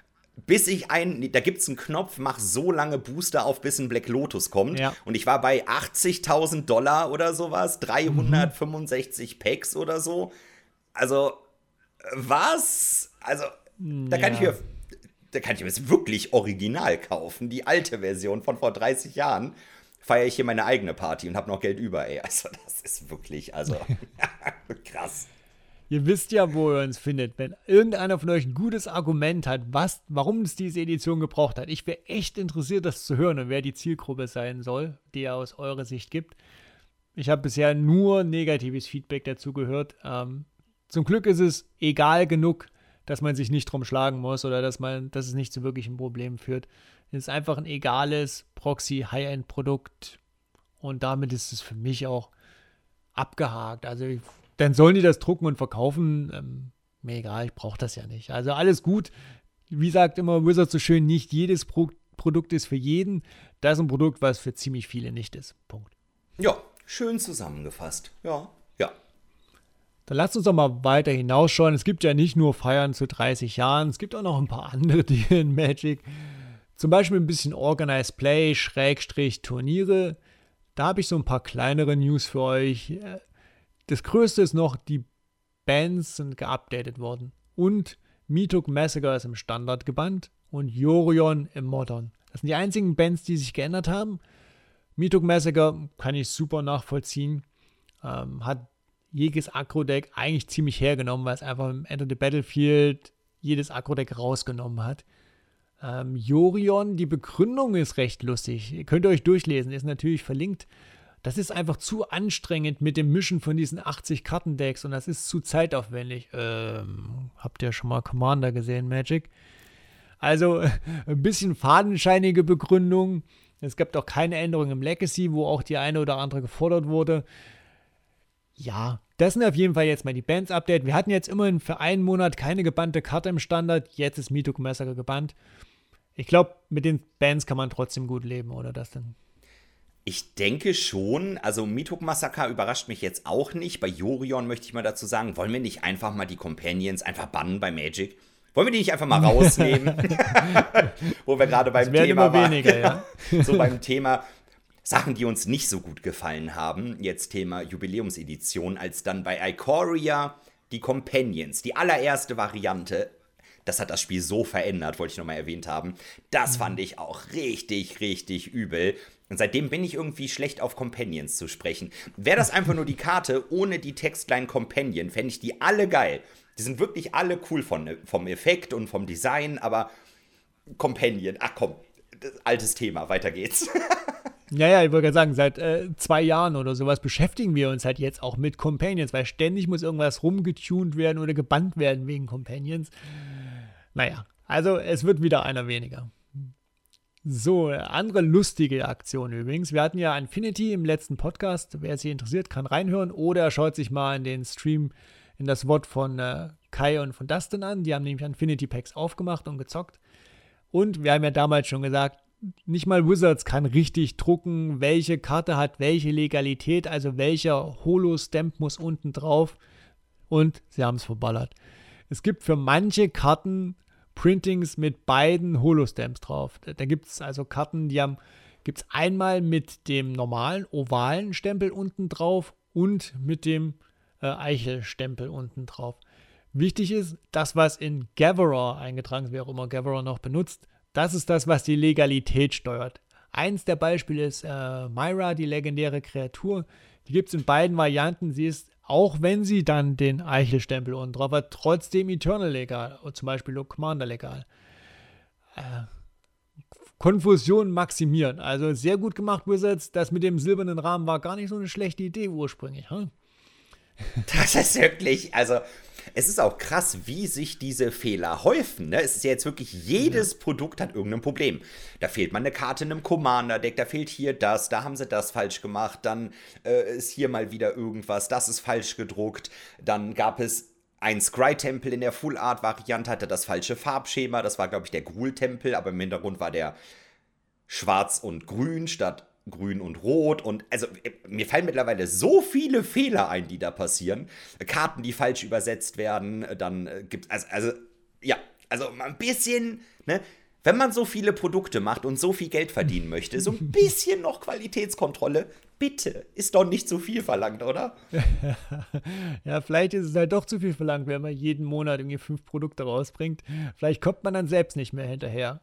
Da gibt es einen Knopf, mach so lange Booster auf, bis ein Black Lotus kommt. Ja. Und ich war bei $80.000 oder sowas, 365 Packs oder so. Also, was? Also, da kann ich mir jetzt wirklich original kaufen. Die alte Version von vor 30 Jahren feiere ich hier meine eigene Party und habe noch Geld über, ey. Also, das ist wirklich, krass. Ihr wisst ja, wo ihr uns findet. Wenn irgendeiner von euch ein gutes Argument hat, warum es diese Edition gebraucht hat. Ich wäre echt interessiert, das zu hören und wer die Zielgruppe sein soll, die ihr aus eurer Sicht gibt. Ich habe bisher nur negatives Feedback dazu gehört. Zum Glück ist es egal genug, dass man sich nicht drum schlagen muss oder dass es nicht zu wirklichen Problemen führt. Es ist einfach ein egales Proxy-High-End-Produkt und damit ist es für mich auch abgehakt. Also dann sollen die das drucken und verkaufen. Mir egal, ich brauche das ja nicht. Also alles gut. Wie sagt immer Wizard so schön, nicht jedes Produkt ist für jeden. Das ist ein Produkt, was für ziemlich viele nicht ist. Punkt. Ja, schön zusammengefasst. Ja. Dann lasst uns doch mal weiter hinausschauen. Es gibt ja nicht nur Feiern zu 30 Jahren, es gibt auch noch ein paar andere Dinge in Magic. Zum Beispiel ein bisschen Organized Play, Turniere. Da habe ich so ein paar kleinere News für euch. Das Größte ist noch, die Bands sind geupdatet worden. Und Mythic Massacre ist im Standard gebannt und Yorion im Modern. Das sind die einzigen Bands, die sich geändert haben. Mythic Massacre kann ich super nachvollziehen. Hat jedes Aggro-Deck eigentlich ziemlich hergenommen, weil es einfach im Enter the Battlefield jedes Aggro-Deck rausgenommen hat. Yorion, die Begründung ist recht lustig. Ihr könnt euch durchlesen, ist natürlich verlinkt. Das ist einfach zu anstrengend mit dem Mischen von diesen 80 Kartendecks und das ist zu zeitaufwendig. Habt ihr schon mal Commander gesehen, Magic? Also ein bisschen fadenscheinige Begründung. Es gibt auch keine Änderung im Legacy, wo auch die eine oder andere gefordert wurde. Ja, das sind auf jeden Fall jetzt mal die Bands-Update. Wir hatten jetzt immerhin für einen Monat keine gebannte Karte im Standard. Jetzt ist Mythic Massacre gebannt. Ich glaube, mit den Bands kann man trotzdem gut leben, oder das denn? Ich denke schon. Also Mythic Massacre überrascht mich jetzt auch nicht. Bei Yorion möchte ich mal dazu sagen, wollen wir nicht einfach mal die Companions einfach bannen bei Magic? Wollen wir die nicht einfach mal rausnehmen? Wo wir gerade beim Thema waren. Weniger, ja. So beim Thema Sachen, die uns nicht so gut gefallen haben. Jetzt Thema Jubiläumsedition, als dann bei Ikoria die Companions, die allererste Variante. Das hat das Spiel so verändert, wollte ich nochmal erwähnt haben. Das fand ich auch richtig, richtig übel. Und seitdem bin ich irgendwie schlecht auf Companions zu sprechen. Wäre das einfach nur die Karte ohne die Textline Companion, fände ich die alle geil. Die sind wirklich alle cool vom Effekt und vom Design, aber Companion, ach komm, altes Thema, weiter geht's. Ja, ich wollte gerade sagen, seit 2 Jahren oder sowas beschäftigen wir uns halt jetzt auch mit Companions, weil ständig muss irgendwas rumgetuned werden oder gebannt werden wegen Companions. Naja, also es wird wieder einer weniger. So, andere lustige Aktion übrigens. Wir hatten ja Infinity im letzten Podcast. Wer sich interessiert, kann reinhören oder er schaut sich mal in den Stream in das Wort von Kai und von Dustin an. Die haben nämlich Infinity Packs aufgemacht und gezockt. Und wir haben ja damals schon gesagt, nicht mal Wizards kann richtig drucken, welche Karte hat welche Legalität, also welcher Holo-Stamp muss unten drauf. Und sie haben es verballert. Es gibt für manche Karten Printings mit beiden Holo-Stamps drauf. Da gibt es also Karten, gibt es einmal mit dem normalen ovalen Stempel unten drauf und mit dem Eichel-Stempel unten drauf. Wichtig ist, das, was in Gatherer eingetragen ist, wer auch immer Gatherer noch benutzt, das ist das, was die Legalität steuert. Eins der Beispiele ist Myra, die legendäre Kreatur. Die gibt es in beiden Varianten. Sie ist, auch wenn sie dann den Eichelstempel unten drauf hat, trotzdem Eternal legal. Oder zum Beispiel Commander legal. Konfusion maximieren. Also sehr gut gemacht, Wizards. Das mit dem silbernen Rahmen war gar nicht so eine schlechte Idee ursprünglich. Hm? Das ist wirklich, also es ist auch krass, wie sich diese Fehler häufen. Ne? Es ist ja jetzt wirklich, jedes Produkt hat irgendein Problem. Da fehlt mal eine Karte in einem Commander-Deck, da fehlt hier das, da haben sie das falsch gemacht, dann ist hier mal wieder irgendwas, das ist falsch gedruckt. Dann gab es ein Scry-Tempel in der Full-Art-Variante, hatte das falsche Farbschema, das war, glaube ich, der Gruul-Tempel, aber im Hintergrund war der schwarz und grün statt grün und rot und also mir fallen mittlerweile so viele Fehler ein, die da passieren. Karten, die falsch übersetzt werden, dann gibt es, also mal ein bisschen, ne, wenn man so viele Produkte macht und so viel Geld verdienen möchte, so ein bisschen noch Qualitätskontrolle, bitte, ist doch nicht zu viel verlangt, oder? Ja, vielleicht ist es halt doch zu viel verlangt, wenn man jeden Monat irgendwie 5 Produkte rausbringt. Vielleicht kommt man dann selbst nicht mehr hinterher.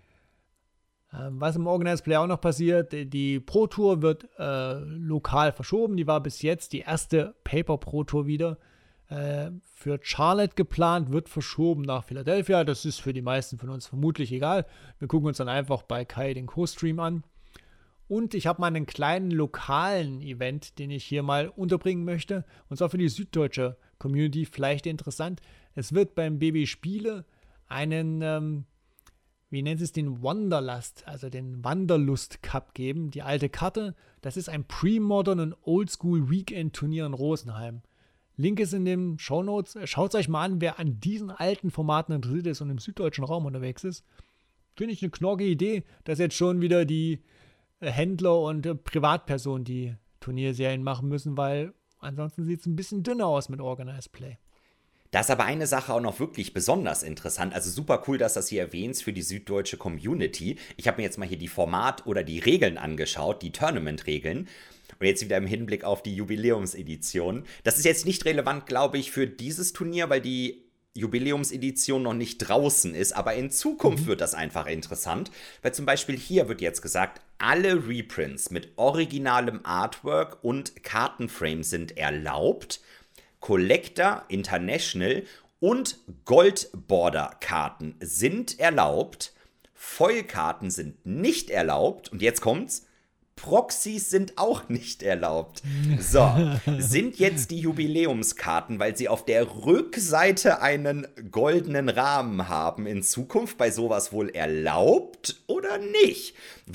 Was im Organized Play auch noch passiert, die Pro Tour wird lokal verschoben. Die war bis jetzt die erste Paper Pro Tour wieder. Für Charlotte geplant, wird verschoben nach Philadelphia. Das ist für die meisten von uns vermutlich egal. Wir gucken uns dann einfach bei Kai den Co-Stream an. Und ich habe mal einen kleinen lokalen Event, den ich hier mal unterbringen möchte. Und zwar für die süddeutsche Community vielleicht interessant. Es wird beim BB Spiele einen wie nennt es den Wanderlust, also den Wanderlust Cup geben. Die alte Karte, das ist ein Pre-Modern und Oldschool Weekend Turnier in Rosenheim. Link ist in den Shownotes. Schaut es euch mal an, wer an diesen alten Formaten interessiert ist und im süddeutschen Raum unterwegs ist. Finde ich eine knorke Idee, dass jetzt schon wieder die Händler und Privatpersonen die Turnierserien machen müssen, weil ansonsten sieht es ein bisschen dünner aus mit Organized Play. Da ist aber eine Sache auch noch wirklich besonders interessant. Also super cool, dass das hier erwähnst für die süddeutsche Community. Ich habe mir jetzt mal hier die Format- oder die Regeln angeschaut, die Tournament-Regeln. Und jetzt wieder im Hinblick auf die Jubiläumsedition. Das ist jetzt nicht relevant, glaube ich, für dieses Turnier, weil die Jubiläumsedition noch nicht draußen ist. Aber in Zukunft wird das einfach interessant. Weil zum Beispiel hier wird jetzt gesagt, alle Reprints mit originalem Artwork und Kartenframe sind erlaubt. Collector, International und Gold-Border-Karten sind erlaubt. Foil-Karten sind nicht erlaubt. Und jetzt kommt's. Proxys sind auch nicht erlaubt. So, sind jetzt die Jubiläumskarten, weil sie auf der Rückseite einen goldenen Rahmen haben, in Zukunft bei sowas wohl erlaubt oder nicht? Weil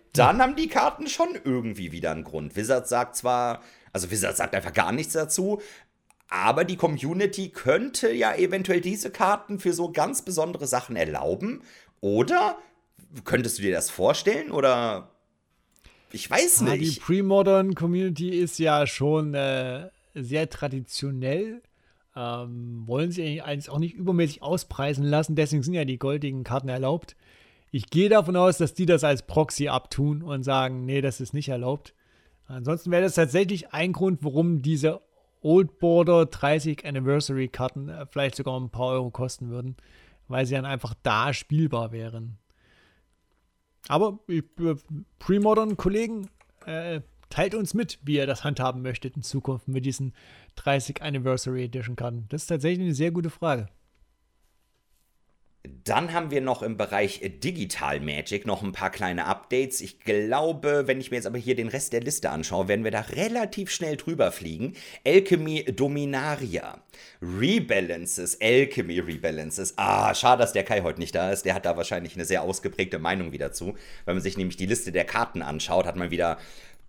dann haben die Karten schon irgendwie wieder einen Grund. Wizards sagt einfach gar nichts dazu, aber die Community könnte ja eventuell diese Karten für so ganz besondere Sachen erlauben. Oder könntest du dir das vorstellen? Oder ich weiß nicht. Die Pre-Modern-Community ist ja schon sehr traditionell. Wollen sie eigentlich auch nicht übermäßig auspreisen lassen. Deswegen sind ja die goldigen Karten erlaubt. Ich gehe davon aus, dass die das als Proxy abtun und sagen, nee, das ist nicht erlaubt. Ansonsten wäre das tatsächlich ein Grund, warum diese Old Border 30 Anniversary Karten vielleicht sogar ein paar Euro kosten würden, weil sie dann einfach da spielbar wären. Aber Pre-Modern Kollegen, teilt uns mit, wie ihr das handhaben möchtet in Zukunft mit diesen 30 Anniversary Edition Karten. Das ist tatsächlich eine sehr gute Frage. Dann haben wir noch im Bereich Digital Magic noch ein paar kleine Updates. Ich glaube, wenn ich mir jetzt aber hier den Rest der Liste anschaue, werden wir da relativ schnell drüber fliegen. Alchemy Dominaria. Alchemy Rebalances. Schade, dass der Kai heute nicht da ist. Der hat da wahrscheinlich eine sehr ausgeprägte Meinung wieder zu. Wenn man sich nämlich die Liste der Karten anschaut, hat man wieder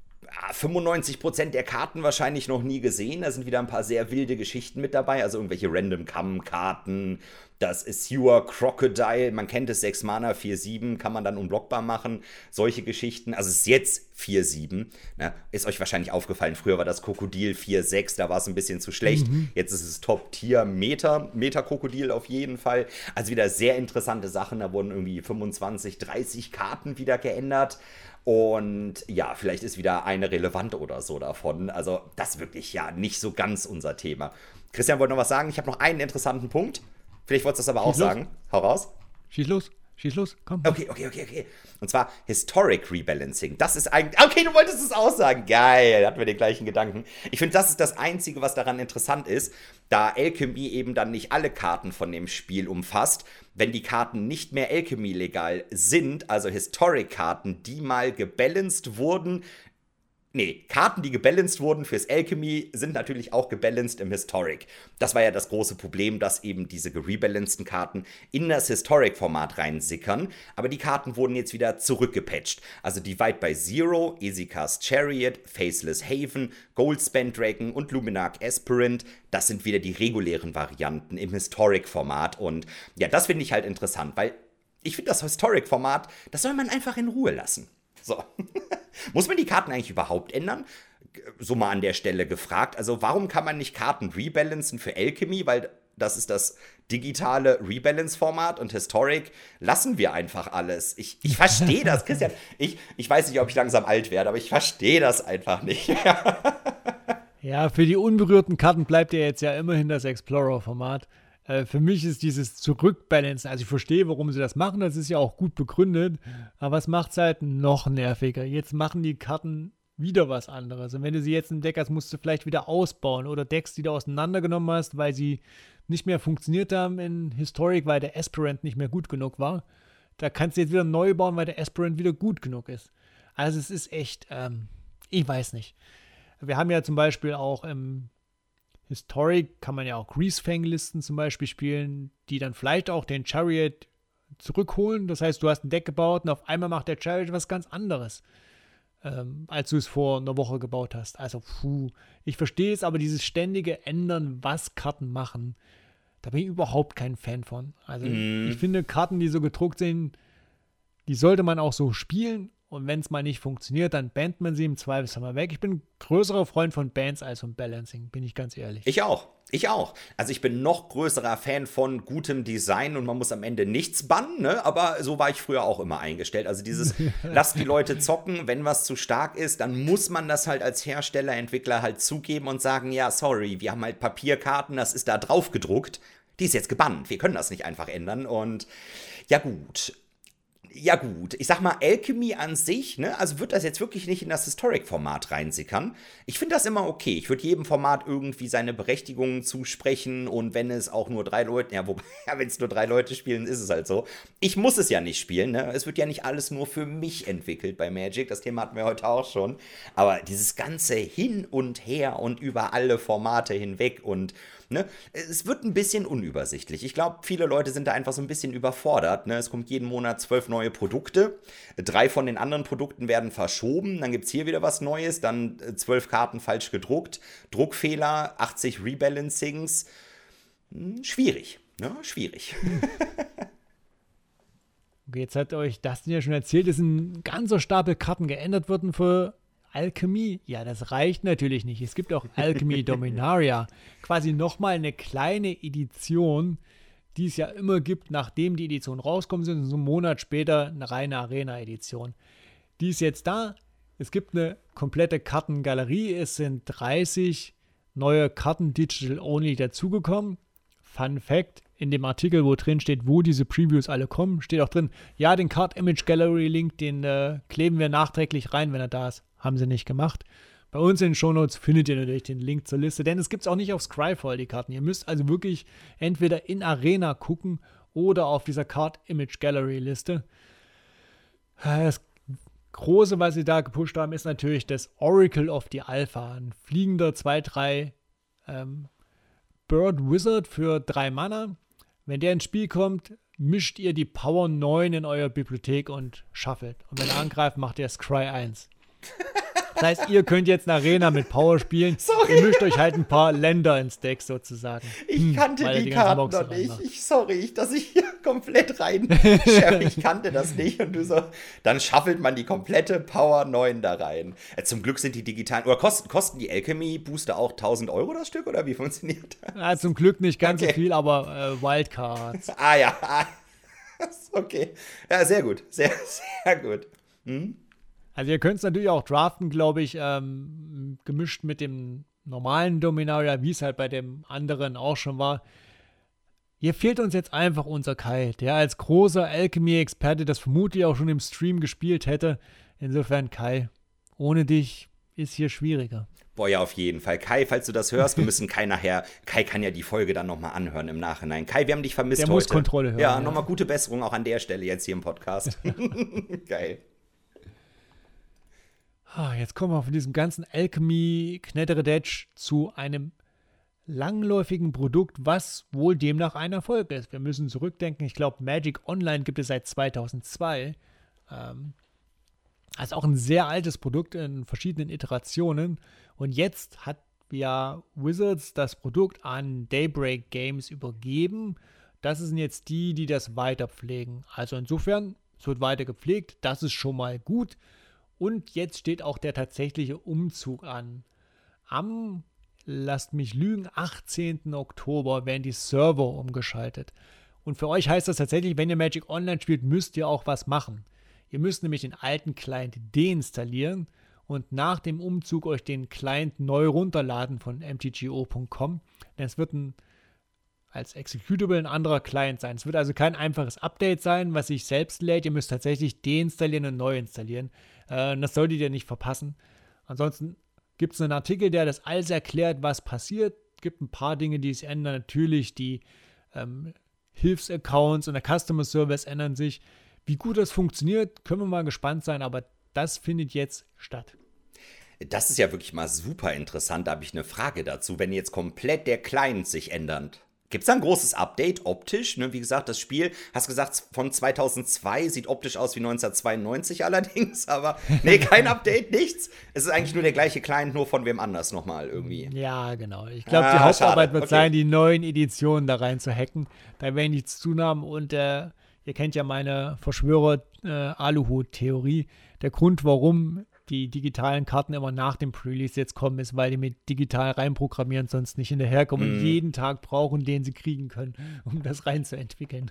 95% der Karten wahrscheinlich noch nie gesehen. Da sind wieder ein paar sehr wilde Geschichten mit dabei. Also irgendwelche Random Come-Karten. Das ist Sewer Crocodile. Man kennt es, 6 Mana, 4/7. Kann man dann unblockbar machen. Solche Geschichten. Also es ist jetzt 4/7. Ne? Ist euch wahrscheinlich aufgefallen. Früher war das Krokodil 4/6. Da war es ein bisschen zu schlecht. Jetzt ist es Top-Tier Meta-Krokodil auf jeden Fall. Also wieder sehr interessante Sachen. Da wurden irgendwie 25, 30 Karten wieder geändert. Und ja, vielleicht ist wieder eine relevant oder so davon. Also das ist wirklich ja nicht so ganz unser Thema. Christian wollte noch was sagen. Ich habe noch einen interessanten Punkt. Vielleicht wolltest du das aber auch sagen. Hau raus. Schieß los, komm. Okay. Und zwar Historic Rebalancing. Das ist eigentlich... Okay, du wolltest es auch sagen. Geil, hatten wir den gleichen Gedanken. Ich finde, das ist das Einzige, was daran interessant ist, da Alchemy eben dann nicht alle Karten von dem Spiel umfasst. Wenn die Karten nicht mehr Alchemy-legal sind, also Historic-Karten, die mal gebalanced wurden... Karten, die gebalanced wurden fürs Alchemy, sind natürlich auch gebalanced im Historic. Das war ja das große Problem, dass eben diese gerebalanceden Karten in das Historic-Format reinsickern. Aber die Karten wurden jetzt wieder zurückgepatcht. Also Divide by Zero, Easycast Chariot, Faceless Haven, Goldspan Dragon und Luminarch Aspirant, das sind wieder die regulären Varianten im Historic-Format. Und ja, das finde ich halt interessant, weil ich finde, das Historic-Format, das soll man einfach in Ruhe lassen. So. Muss man die Karten eigentlich überhaupt ändern? So mal an der Stelle gefragt. Also warum kann man nicht Karten rebalancen für Alchemy? Weil das ist das digitale Rebalance-Format und Historic lassen wir einfach alles. Ich verstehe das, Christian. Ich weiß nicht, ob ich langsam alt werde, aber ich verstehe das einfach nicht. Ja, für die unberührten Karten bleibt ja jetzt ja immerhin das Explorer-Format. Für mich ist dieses Zurückbalancen, also ich verstehe, warum sie das machen, das ist ja auch gut begründet, aber es macht es halt noch nerviger. Jetzt machen die Karten wieder was anderes. Und wenn du sie jetzt im Deck hast, musst du vielleicht wieder ausbauen oder Decks, die du auseinandergenommen hast, weil sie nicht mehr funktioniert haben in Historic, weil der Aspirant nicht mehr gut genug war. Da kannst du jetzt wieder neu bauen, weil der Aspirant wieder gut genug ist. Also es ist echt, ich weiß nicht. Wir haben ja zum Beispiel auch im Historic kann man ja auch Greasefang-Listen zum Beispiel spielen, die dann vielleicht auch den Chariot zurückholen. Das heißt, du hast ein Deck gebaut und auf einmal macht der Chariot was ganz anderes, als du es vor einer Woche gebaut hast. Also, ich verstehe es, aber dieses ständige Ändern, was Karten machen, da bin ich überhaupt kein Fan von. Also, ich finde, Karten, die so gedruckt sind, die sollte man auch so spielen. Und wenn es mal nicht funktioniert, dann bannt man sie im Zweifelsfall mal weg. Ich bin ein größerer Freund von Bans als von Balancing, bin ich ganz ehrlich. Ich auch. Also ich bin noch größerer Fan von gutem Design und man muss am Ende nichts bannen, ne? Aber so war ich früher auch immer eingestellt. Also dieses, lasst die Leute zocken, wenn was zu stark ist, dann muss man das halt als Hersteller, Entwickler halt zugeben und sagen, ja, sorry, wir haben halt Papierkarten, das ist da drauf gedruckt, die ist jetzt gebannt, wir können das nicht einfach ändern und ja gut, ich sag mal, Alchemy an sich, ne, also wird das jetzt wirklich nicht in das Historic-Format reinsickern. Ich finde das immer okay. Ich würde jedem Format irgendwie seine Berechtigungen zusprechen und wenn es auch nur 3 Leute, ja, wobei, ja, wenn es nur 3 Leute spielen, ist es halt so. Ich muss es ja nicht spielen, ne, es wird ja nicht alles nur für mich entwickelt bei Magic, das Thema hatten wir heute auch schon, aber dieses ganze Hin und Her und über alle Formate hinweg und Ne? Es wird ein bisschen unübersichtlich. Ich glaube, viele Leute sind da einfach so ein bisschen überfordert. Ne? Es kommt jeden Monat 12 neue Produkte. 3 von den anderen Produkten werden verschoben. Dann gibt es hier wieder was Neues. Dann 12 Karten falsch gedruckt. Druckfehler, 80 Rebalancings. Schwierig. Ne? Schwierig. Okay, jetzt hat euch Dustin ja schon erzählt, dass ein ganzer Stapel Karten geändert wurden für Alchemy. Ja, das reicht natürlich nicht. Es gibt auch Alchemy Dominaria. Quasi nochmal eine kleine Edition, die es ja immer gibt, nachdem die Editionen rauskommen sind. So einen Monat später eine reine Arena-Edition. Die ist jetzt da. Es gibt eine komplette Kartengalerie. Es sind 30 neue Karten Digital Only dazugekommen. Fun Fact: In dem Artikel, wo drin steht, wo diese Previews alle kommen, steht auch drin, ja, den Card Image Gallery Link, den kleben wir nachträglich rein, wenn er da ist. Haben sie nicht gemacht. Bei uns in den Shownotes findet ihr natürlich den Link zur Liste, denn es gibt es auch nicht auf Scryfall, die Karten. Ihr müsst also wirklich entweder in Arena gucken oder auf dieser Card Image Gallery Liste. Das Große, was sie da gepusht haben, ist natürlich das Oracle of the Alpha. Ein fliegender 2/3 Bird Wizard für 3 Mana. Wenn der ins Spiel kommt, mischt ihr die Power 9 in eurer Bibliothek und shuffelt. Und wenn er angreift, macht ihr Scry 1. Das heißt, ihr könnt jetzt eine Arena mit Power spielen. Sorry. Ihr mischt euch halt ein paar Länder ins Deck sozusagen. Ich kannte weil er die ganzen Karten Boxen noch nicht. reinmacht. Dass ich hier komplett rein. Ich kannte das nicht. Und du so, dann schaffelt man die komplette Power 9 da rein. Zum Glück sind die digitalen, oder kosten die Alchemy Booster auch 1.000 € das Stück, oder wie funktioniert das? Ja, zum Glück nicht ganz so viel, aber Wildcards. Ja. Okay. Ja, sehr gut. Sehr, sehr gut. Also ihr könnt es natürlich auch draften, glaube ich, gemischt mit dem normalen Dominaria, wie es halt bei dem anderen auch schon war. Hier fehlt uns jetzt einfach unser Kai, der als großer Alchemy-Experte das vermutlich auch schon im Stream gespielt hätte. Insofern, Kai, ohne dich ist hier schwieriger. Boah, ja, auf jeden Fall. Kai, falls du das hörst, wir müssen Kai kann ja die Folge dann nochmal anhören im Nachhinein. Kai, wir haben dich vermisst heute. Der muss Kontrolle hören. Ja, nochmal gute Besserung auch an der Stelle jetzt hier im Podcast. Geil. Jetzt kommen wir von diesem ganzen Alchemy-Knetteredetsch zu einem langläufigen Produkt, was wohl demnach ein Erfolg ist. Wir müssen zurückdenken, ich glaube, Magic Online gibt es seit 2002. Also auch ein sehr altes Produkt in verschiedenen Iterationen. Und jetzt hat ja Wizards das Produkt an Daybreak Games übergeben. Das sind jetzt die das weiter pflegen. Also insofern, es wird weiter gepflegt. Das ist schon mal gut. Und jetzt steht auch der tatsächliche Umzug an. Am, lasst mich lügen, 18. Oktober werden die Server umgeschaltet. Und für euch heißt das tatsächlich, wenn ihr Magic Online spielt, müsst ihr auch was machen. Ihr müsst nämlich den alten Client deinstallieren und nach dem Umzug euch den Client neu runterladen von mtgo.com. Denn es wird als Executable ein anderer Client sein. Es wird also kein einfaches Update sein, was sich selbst lädt. Ihr müsst tatsächlich deinstallieren und neu installieren. Das solltet ihr nicht verpassen. Ansonsten gibt es einen Artikel, der das alles erklärt, was passiert. Es gibt ein paar Dinge, die sich ändern. Natürlich die Hilfsaccounts und der Customer Service ändern sich. Wie gut das funktioniert, können wir mal gespannt sein, aber das findet jetzt statt. Das ist ja wirklich mal super interessant. Da habe ich eine Frage dazu. Wenn jetzt komplett der Client sich ändert, gibt es da ein großes Update optisch? Ne? Wie gesagt, das Spiel, hast gesagt, von 2002, sieht optisch aus wie 1992 allerdings, aber nee, kein Update, nichts. Es ist eigentlich nur der gleiche Client, nur von wem anders nochmal irgendwie. Ja, genau. Ich glaube, die Hauptarbeit schade. wird sein, die neuen Editionen da rein zu hacken. Da werden die zu tun haben und ihr kennt ja meine Verschwörer-Aluhut-Theorie. Der Grund, warum die digitalen Karten immer nach dem Pre-Release jetzt kommen, ist, weil die mit digital reinprogrammieren sonst nicht hinterherkommen und jeden Tag brauchen, den sie kriegen können, um das reinzuentwickeln.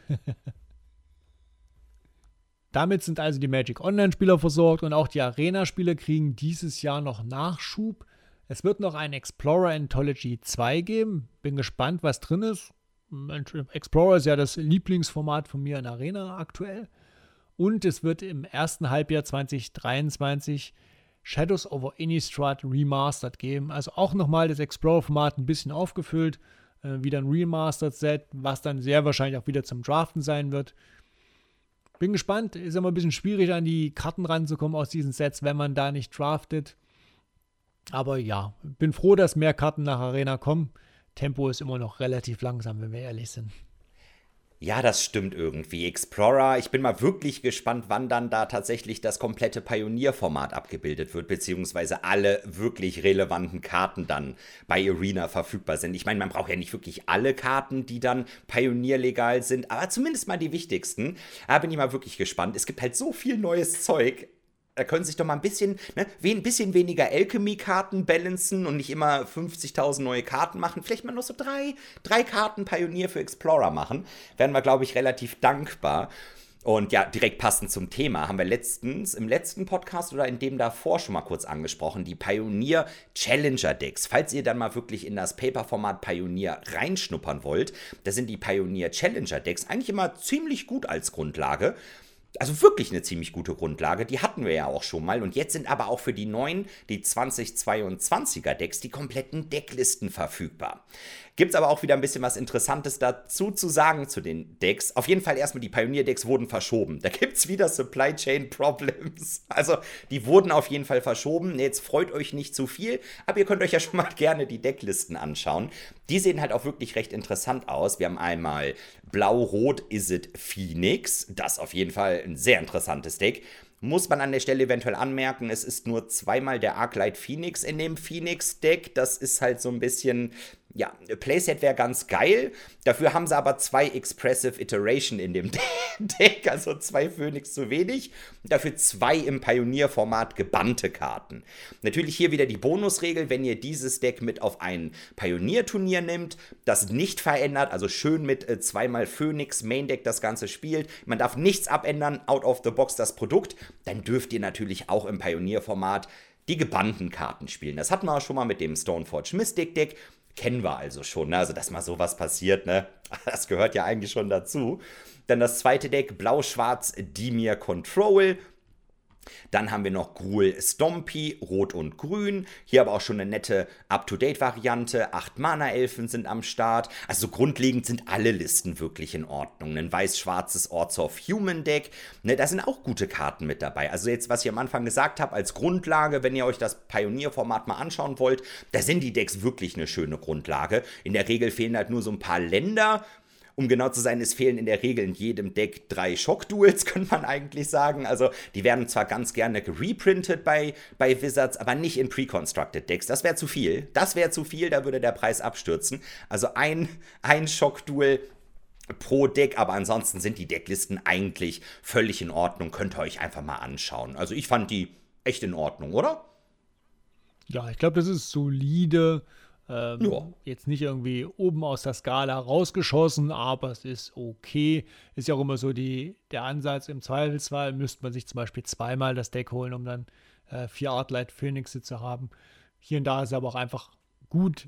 Damit sind also die Magic Online-Spieler versorgt und auch die Arena-Spieler kriegen dieses Jahr noch Nachschub. Es wird noch ein Explorer Anthology 2 geben. Bin gespannt, was drin ist. Explorer ist ja das Lieblingsformat von mir in Arena aktuell. Und es wird im ersten Halbjahr 2023 Shadows over Innistrad Remastered geben. Also auch nochmal das Explorer-Format ein bisschen aufgefüllt. Wieder ein Remastered-Set, was dann sehr wahrscheinlich auch wieder zum Draften sein wird. Bin gespannt. Ist immer ein bisschen schwierig, an die Karten ranzukommen aus diesen Sets, wenn man da nicht draftet. Aber ja, bin froh, dass mehr Karten nach Arena kommen. Tempo ist immer noch relativ langsam, wenn wir ehrlich sind. Ja, das stimmt irgendwie. Explorer, ich bin mal wirklich gespannt, wann dann da tatsächlich das komplette Pioneer-Format abgebildet wird, beziehungsweise alle wirklich relevanten Karten dann bei Arena verfügbar sind. Ich meine, man braucht ja nicht wirklich alle Karten, die dann Pioneer legal sind, aber zumindest mal die wichtigsten. Da bin ich mal wirklich gespannt. Es gibt halt so viel neues Zeug. Da können sich doch mal ein bisschen weniger Alchemy-Karten balancen und nicht immer 50.000 neue Karten machen. Vielleicht mal nur so drei Karten Pioneer für Explorer machen. Wären wir, glaube ich, relativ dankbar. Und ja, direkt passend zum Thema haben wir im letzten Podcast oder in dem davor schon mal kurz angesprochen, die Pioneer Challenger Decks. Falls ihr dann mal wirklich in das Paper-Format Pioneer reinschnuppern wollt, da sind die Pioneer Challenger Decks eigentlich immer ziemlich gut als Grundlage. Also wirklich eine ziemlich gute Grundlage, die hatten wir ja auch schon mal. Und jetzt sind aber auch für die neuen, die 2022er Decks, die kompletten Decklisten verfügbar. Gibt es aber auch wieder ein bisschen was Interessantes dazu zu sagen zu den Decks. Auf jeden Fall erstmal, die Pioneer-Decks wurden verschoben. Da gibt es wieder Supply Chain Problems. Also, die wurden auf jeden Fall verschoben. Jetzt freut euch nicht zu viel, aber ihr könnt euch ja schon mal gerne die Decklisten anschauen. Die sehen halt auch wirklich recht interessant aus. Wir haben einmal Blau-Rot Izzet Phoenix. Das ist auf jeden Fall ein sehr interessantes Deck. Muss man an der Stelle eventuell anmerken, es ist nur zweimal der Arclight Phoenix in dem Phoenix-Deck. Das ist halt so ein bisschen, ja, Playset wäre ganz geil. Dafür haben sie aber 2 Expressive Iteration in dem Deck, also 2 Phoenix zu wenig. Dafür 2 im Pioneer-Format gebannte Karten. Natürlich hier wieder die Bonusregel, wenn ihr dieses Deck mit auf ein Pioneer-Turnier nimmt, das nicht verändert, also schön mit 2x Phoenix Main-Deck das Ganze spielt. Man darf nichts abändern, out of the box das Produkt. Dann dürft ihr natürlich auch im Pioneer-Format die gebannten Karten spielen. Das hatten wir auch schon mal mit dem Stoneforge Mystic Deck. Kennen wir also schon, ne? Also dass mal sowas passiert, ne? Das gehört ja eigentlich schon dazu. Dann das zweite Deck, Blau-Schwarz Dimir Control. Dann haben wir noch Gruul Stompy, Rot und Grün. Hier aber auch schon eine nette Up-to-Date-Variante. 8 Mana-Elfen sind am Start. Also grundlegend sind alle Listen wirklich in Ordnung. Ein weiß-schwarzes Ords of Human Deck. Ne, da sind auch gute Karten mit dabei. Also jetzt, was ich am Anfang gesagt habe, als Grundlage, wenn ihr euch das Pioneer-Format mal anschauen wollt, da sind die Decks wirklich eine schöne Grundlage. In der Regel fehlen halt nur so ein paar Länder. Um genau zu sein, es fehlen in der Regel in jedem Deck 3 Shock-Duels, könnte man eigentlich sagen. Also die werden zwar ganz gerne gereprintet bei Wizards, aber nicht in Pre-Constructed Decks. Das wäre zu viel. Da würde der Preis abstürzen. Also ein Shock-Duel pro Deck, aber ansonsten sind die Decklisten eigentlich völlig in Ordnung. Könnt ihr euch einfach mal anschauen. Also ich fand die echt in Ordnung, oder? Ja, ich glaube, das ist solide. Ja. Jetzt nicht irgendwie oben aus der Skala rausgeschossen, aber es ist okay. Ist ja auch immer so der Ansatz. Im Zweifelsfall müsste man sich zum Beispiel zweimal das Deck holen, um dann 4 Arclight Phoenixe zu haben. Hier und da ist aber auch einfach gut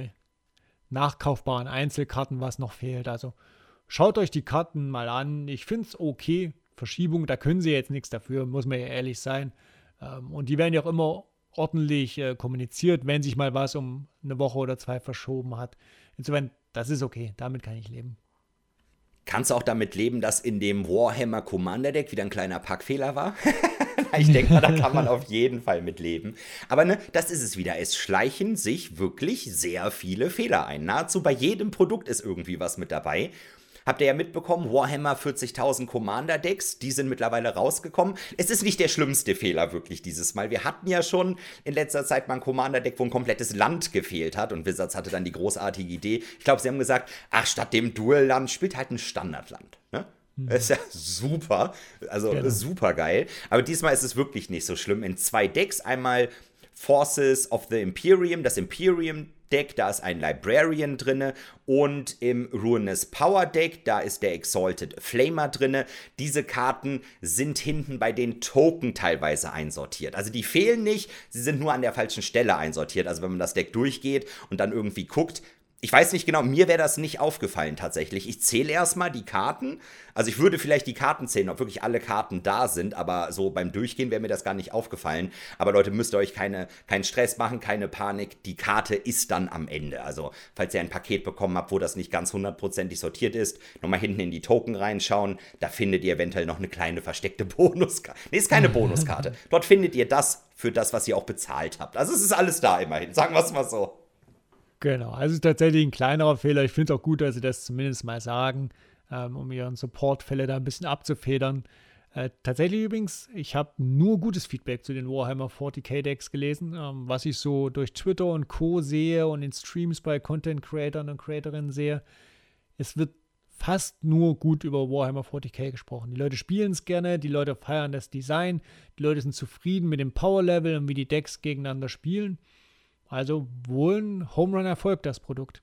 nachkaufbaren Einzelkarten, was noch fehlt. Also schaut euch die Karten mal an. Ich finde es okay. Verschiebung, da können sie jetzt nichts dafür, muss man ja ehrlich sein. Und die werden ja auch immer ordentlich kommuniziert, wenn sich mal was um eine Woche oder 2 verschoben hat. Insofern, das ist okay, damit kann ich leben. Kannst du auch damit leben, dass in dem Warhammer Commander Deck wieder ein kleiner Packfehler war? Ich denke mal, da kann man auf jeden Fall mit leben. Aber ne, das ist es wieder. Es schleichen sich wirklich sehr viele Fehler ein. Nahezu bei jedem Produkt ist irgendwie was mit dabei. Habt ihr ja mitbekommen, Warhammer 40.000 Commander-Decks, die sind mittlerweile rausgekommen. Es ist nicht der schlimmste Fehler wirklich dieses Mal. Wir hatten ja schon in letzter Zeit mal ein Commander-Deck, wo ein komplettes Land gefehlt hat und Wizards hatte dann die großartige Idee. Ich glaube, sie haben gesagt, ach, statt dem Dual-Land spielt halt ein Standardland. Ne? Das ist ja super, also genau. Super geil. Aber diesmal ist es wirklich nicht so schlimm. In 2 Decks, einmal Forces of the Imperium, das Imperium-Deck, da ist ein Librarian drinne und im Ruinous Power Deck, da ist der Exalted Flamer drinne. Diese Karten sind hinten bei den Token teilweise einsortiert. Also die fehlen nicht, sie sind nur an der falschen Stelle einsortiert. Also wenn man das Deck durchgeht und dann irgendwie guckt, ich weiß nicht genau, mir wäre das nicht aufgefallen tatsächlich. Ich zähle erstmal die Karten. Also ich würde vielleicht die Karten zählen, ob wirklich alle Karten da sind, aber so beim Durchgehen wäre mir das gar nicht aufgefallen. Aber Leute, müsst ihr euch keinen Stress machen, keine Panik. Die Karte ist dann am Ende. Also falls ihr ein Paket bekommen habt, wo das nicht ganz 100% sortiert ist, nochmal hinten in die Token reinschauen. Da findet ihr eventuell noch eine kleine versteckte Bonuskarte. Nee, ist keine Bonuskarte. Dort findet ihr das für das, was ihr auch bezahlt habt. Also es ist alles da immerhin, sagen wir es mal so. Genau, also tatsächlich ein kleinerer Fehler. Ich finde es auch gut, dass sie das zumindest mal sagen, um ihren Supportfälle da ein bisschen abzufedern. Tatsächlich übrigens, ich habe nur gutes Feedback zu den Warhammer 40k Decks gelesen, was ich so durch Twitter und Co. sehe und in Streams bei Content-Creatern und Creatorinnen sehe. Es wird fast nur gut über Warhammer 40k gesprochen. Die Leute spielen es gerne, die Leute feiern das Design, die Leute sind zufrieden mit dem Power-Level und wie die Decks gegeneinander spielen. Also wohl ein Home-Run-Erfolg, das Produkt.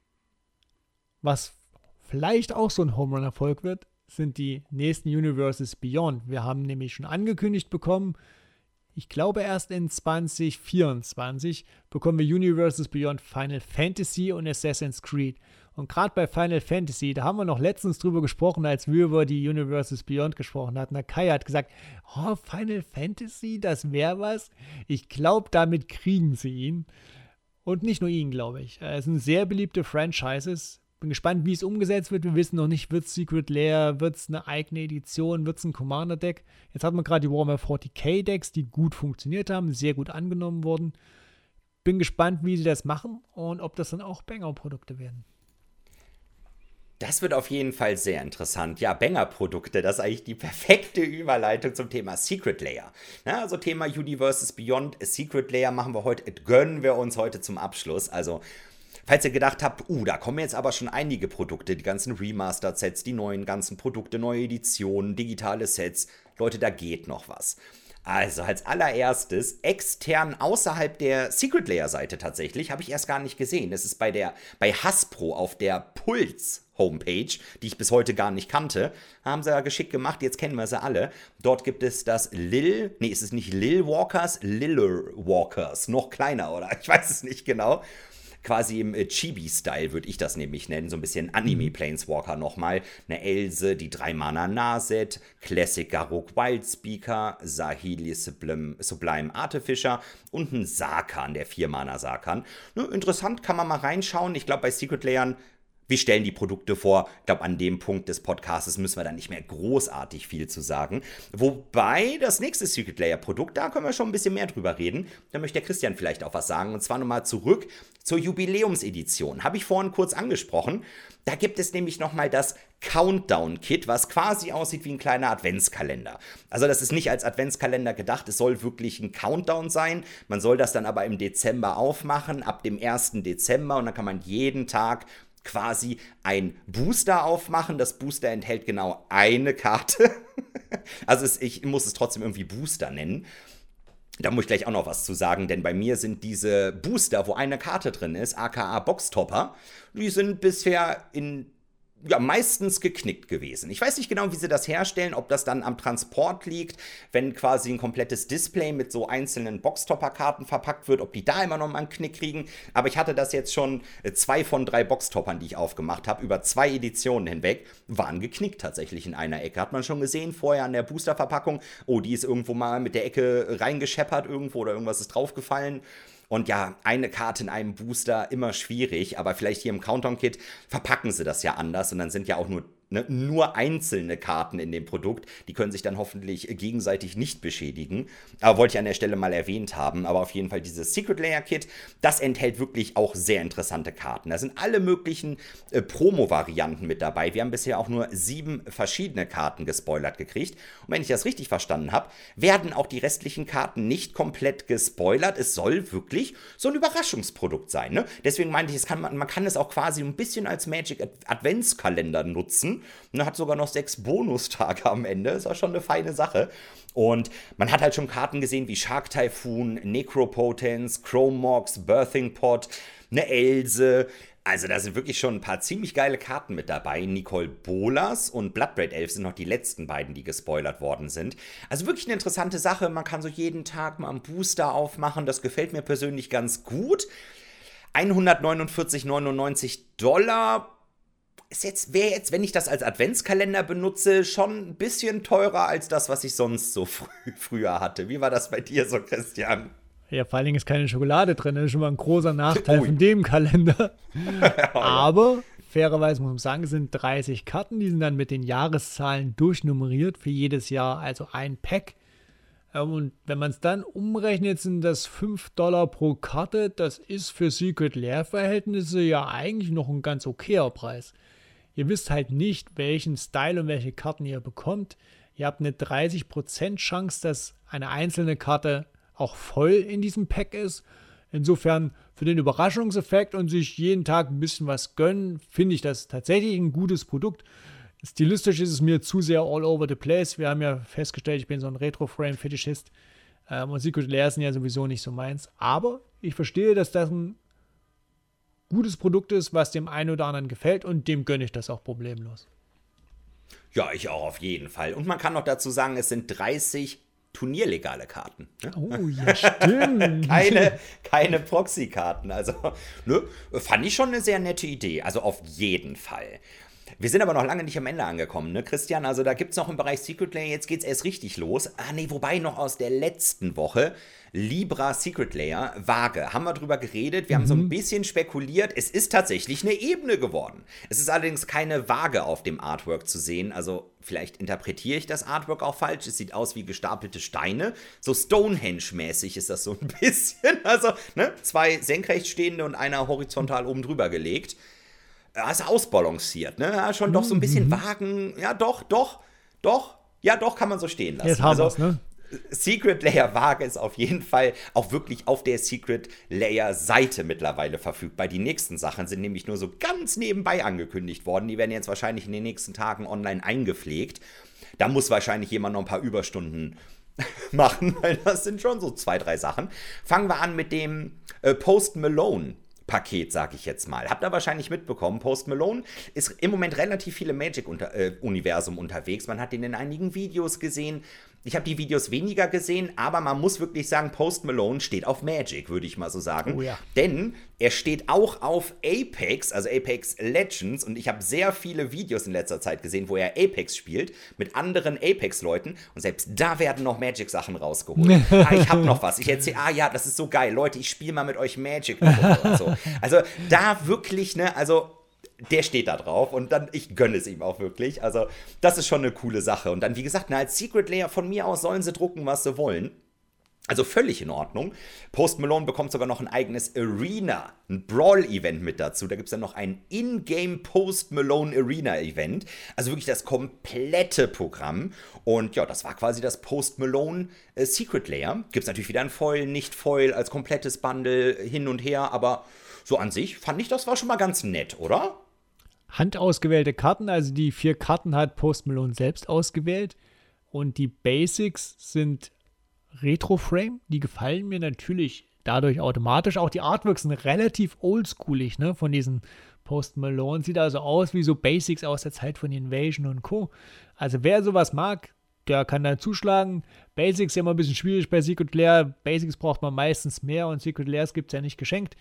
Was vielleicht auch so ein Home-Run-Erfolg wird, sind die nächsten Universes Beyond. Wir haben nämlich schon angekündigt bekommen, ich glaube erst in 2024 bekommen wir Universes Beyond Final Fantasy und Assassin's Creed. Und gerade bei Final Fantasy, da haben wir noch letztens drüber gesprochen, als wir über die Universes Beyond gesprochen hatten. Der Kai hat gesagt, oh, Final Fantasy, das wäre was. Ich glaube, damit kriegen sie ihn. Und nicht nur ihn, glaube ich. Es sind sehr beliebte Franchises. Bin gespannt, wie es umgesetzt wird. Wir wissen noch nicht, wird es Secret Lair, wird es eine eigene Edition, wird es ein Commander-Deck. Jetzt hat man gerade die Warhammer 40k-Decks, die gut funktioniert haben, sehr gut angenommen wurden. Bin gespannt, wie sie das machen und ob das dann auch Banger-Produkte werden. Das wird auf jeden Fall sehr interessant. Ja, Banger-Produkte, das ist eigentlich die perfekte Überleitung zum Thema Secret Lair. Ja, also Thema Universes Beyond, Secret Lair gönnen wir uns heute zum Abschluss. Also falls ihr gedacht habt, da kommen jetzt aber schon einige Produkte, die ganzen Remastered-Sets, die neuen ganzen Produkte, neue Editionen, digitale Sets. Leute, da geht noch was. Also als allererstes, extern außerhalb der Secret Lair-Seite tatsächlich, habe ich erst gar nicht gesehen. Das ist bei Hasbro auf der Puls Homepage, die ich bis heute gar nicht kannte. Haben sie ja geschickt gemacht, jetzt kennen wir sie alle. Dort gibt es das es ist nicht Lil Walkers, Liller Walkers, noch kleiner, oder? Ich weiß es nicht genau. Quasi im Chibi-Style würde ich das nämlich nennen, so ein bisschen Anime-Planeswalker nochmal. Eine Else, die 3-Mana-Naset, Classic Garruk Wildspeaker, Sahili Sublime Artificer und ein Sarkhan, der 4-Mana-Sarkhan. Interessant, kann man mal reinschauen. Ich glaube, bei Secret Layern, wir stellen die Produkte vor. Ich glaube, an dem Punkt des Podcasts müssen wir dann nicht mehr großartig viel zu sagen. Wobei das nächste Secret Lair Produkt, da können wir schon ein bisschen mehr drüber reden. Da möchte der Christian vielleicht auch was sagen. Und zwar nochmal zurück zur Jubiläumsedition. Habe ich vorhin kurz angesprochen. Da gibt es nämlich nochmal das Countdown-Kit, was quasi aussieht wie ein kleiner Adventskalender. Also das ist nicht als Adventskalender gedacht. Es soll wirklich ein Countdown sein. Man soll das dann aber im Dezember aufmachen, ab dem 1. Dezember. Und dann kann man jeden Tag quasi ein Booster aufmachen. Das Booster enthält genau eine Karte. Also ich muss es trotzdem irgendwie Booster nennen. Da muss ich gleich auch noch was zu sagen, denn bei mir sind diese Booster, wo eine Karte drin ist, aka Boxtopper, die sind bisher meistens geknickt gewesen. Ich weiß nicht genau, wie sie das herstellen, ob das dann am Transport liegt, wenn quasi ein komplettes Display mit so einzelnen Boxtopper-Karten verpackt wird, ob die da immer noch mal einen Knick kriegen. Aber ich hatte das jetzt schon 2 von 3 Boxtoppern, die ich aufgemacht habe, über 2 Editionen hinweg, waren geknickt tatsächlich in einer Ecke. Hat man schon gesehen vorher an der Booster-Verpackung, die ist irgendwo mal mit der Ecke reingescheppert irgendwo oder irgendwas ist draufgefallen. Und ja, eine Karte in einem Booster, immer schwierig, aber vielleicht hier im Countdown-Kit verpacken sie das ja anders und dann sind ja auch nur einzelne Karten in dem Produkt, die können sich dann hoffentlich gegenseitig nicht beschädigen. Aber wollte ich an der Stelle mal erwähnt haben. Aber auf jeden Fall dieses Secret Lair Kit, das enthält wirklich auch sehr interessante Karten. Da sind alle möglichen Promo-Varianten mit dabei. Wir haben bisher auch nur 7 verschiedene Karten gespoilert gekriegt. Und wenn ich das richtig verstanden habe, werden auch die restlichen Karten nicht komplett gespoilert. Es soll wirklich so ein Überraschungsprodukt sein. Ne? Deswegen meinte ich, man kann es auch quasi ein bisschen als Magic Adventskalender nutzen. Und hat sogar noch 6 Bonustage am Ende. Ist auch schon eine feine Sache. Und man hat halt schon Karten gesehen wie Shark Typhoon, Necropotence, Chromox, Birthing Pot, eine Else. Also da sind wirklich schon ein paar ziemlich geile Karten mit dabei. Nicole Bolas und Bloodbraid Elf sind noch die letzten beiden, die gespoilert worden sind. Also wirklich eine interessante Sache. Man kann so jeden Tag mal einen Booster aufmachen. Das gefällt mir persönlich ganz gut. 149,99 $. Wäre jetzt, wenn ich das als Adventskalender benutze, schon ein bisschen teurer als das, was ich sonst so früher hatte. Wie war das bei dir so, Christian? Ja, vor allen Dingen ist keine Schokolade drin. Das ist schon mal ein großer Nachteil von dem Kalender. Aber fairerweise muss man sagen, es sind 30 Karten. Die sind dann mit den Jahreszahlen durchnummeriert für jedes Jahr, also ein Pack. Und wenn man es dann umrechnet, sind das $5 pro Karte. Das ist für Secret Lair-Verhältnisse ja eigentlich noch ein ganz okayer Preis. Ihr wisst halt nicht, welchen Style und welche Karten ihr bekommt. Ihr habt eine 30% Chance, dass eine einzelne Karte auch voll in diesem Pack ist. Insofern für den Überraschungseffekt und sich jeden Tag ein bisschen was gönnen, finde ich das tatsächlich ein gutes Produkt. Stilistisch ist es mir zu sehr all over the place. Wir haben ja festgestellt, ich bin so ein Retro-Frame-Fetischist. Und Secret Lair sind ja sowieso nicht so meins. Aber ich verstehe, dass das ein gutes Produkt ist, was dem einen oder anderen gefällt. Und dem gönne ich das auch problemlos. Ja, ich auch auf jeden Fall. Und man kann noch dazu sagen, es sind 30 turnierlegale Karten. Ne? Oh, ja, stimmt. keine Proxy-Karten. Also, ne, fand ich schon eine sehr nette Idee. Also auf jeden Fall. Wir sind aber noch lange nicht am Ende angekommen, ne, Christian? Also da gibt es noch im Bereich Secret Lair, jetzt geht's erst richtig los. Wobei noch aus der letzten Woche, Libra Secret Lair, Waage. Haben wir drüber geredet, wir haben so ein bisschen spekuliert. Es ist tatsächlich eine Ebene geworden. Es ist allerdings keine Waage auf dem Artwork zu sehen. Also vielleicht interpretiere ich das Artwork auch falsch. Es sieht aus wie gestapelte Steine. So Stonehenge-mäßig ist das so ein bisschen. Also, ne, 2 senkrecht stehende und einer horizontal oben drüber gelegt. Also ausbalanciert, ne? Ja, schon doch so ein bisschen Wagen. Ja, doch. Ja, doch, kann man so stehen lassen. Jetzt haben wir's, ne? Secret Lair Waage ist auf jeden Fall auch wirklich auf der Secret Lair Seite mittlerweile verfügbar. Die nächsten Sachen sind nämlich nur so ganz nebenbei angekündigt worden. Die werden jetzt wahrscheinlich in den nächsten Tagen online eingepflegt. Da muss wahrscheinlich jemand noch ein paar Überstunden machen, weil das sind schon so 2, 3 Sachen. Fangen wir an mit dem Post Malone Paket, sag ich jetzt mal. Habt ihr wahrscheinlich mitbekommen, Post Malone ist im Moment relativ viel im Magic-Universum unterwegs. Man hat ihn in einigen Videos gesehen. Ich habe die Videos weniger gesehen, aber man muss wirklich sagen, Post Malone steht auf Magic, würde ich mal so sagen. Oh ja. Denn er steht auch auf Apex, also Apex Legends. Und ich habe sehr viele Videos in letzter Zeit gesehen, wo er Apex spielt, mit anderen Apex-Leuten. Und selbst da werden noch Magic-Sachen rausgeholt. Ich habe noch was. Ich erzähle, ja, das ist so geil. Leute, ich spiele mal mit euch Magic. Und so. Also da wirklich, ne, also der steht da drauf und dann, ich gönne es ihm auch wirklich. Also, das ist schon eine coole Sache. Und dann, wie gesagt, als Secret Lair von mir aus sollen sie drucken, was sie wollen. Also völlig in Ordnung. Post Malone bekommt sogar noch ein eigenes Arena, ein Brawl-Event mit dazu. Da gibt es dann noch ein In-Game Post Malone Arena-Event. Also wirklich das komplette Programm. Und ja, das war quasi das Post Malone Secret Lair. Gibt es natürlich wieder ein Foil, nicht Foil, als komplettes Bundle hin und her. Aber so an sich fand ich, das war schon mal ganz nett, oder? Handausgewählte Karten, also die 4 Karten hat Post Malone selbst ausgewählt. Und die Basics sind Retro-Frame, die gefallen mir natürlich dadurch automatisch. Auch die Artworks sind relativ oldschoolig, ne, von diesen Post Malone. Sieht also aus wie so Basics aus der Zeit von Invasion und Co. Also wer sowas mag, der kann da zuschlagen. Basics ist ja immer ein bisschen schwierig bei Secret Lair. Basics braucht man meistens mehr und Secret Lairs gibt es ja nicht geschenkt.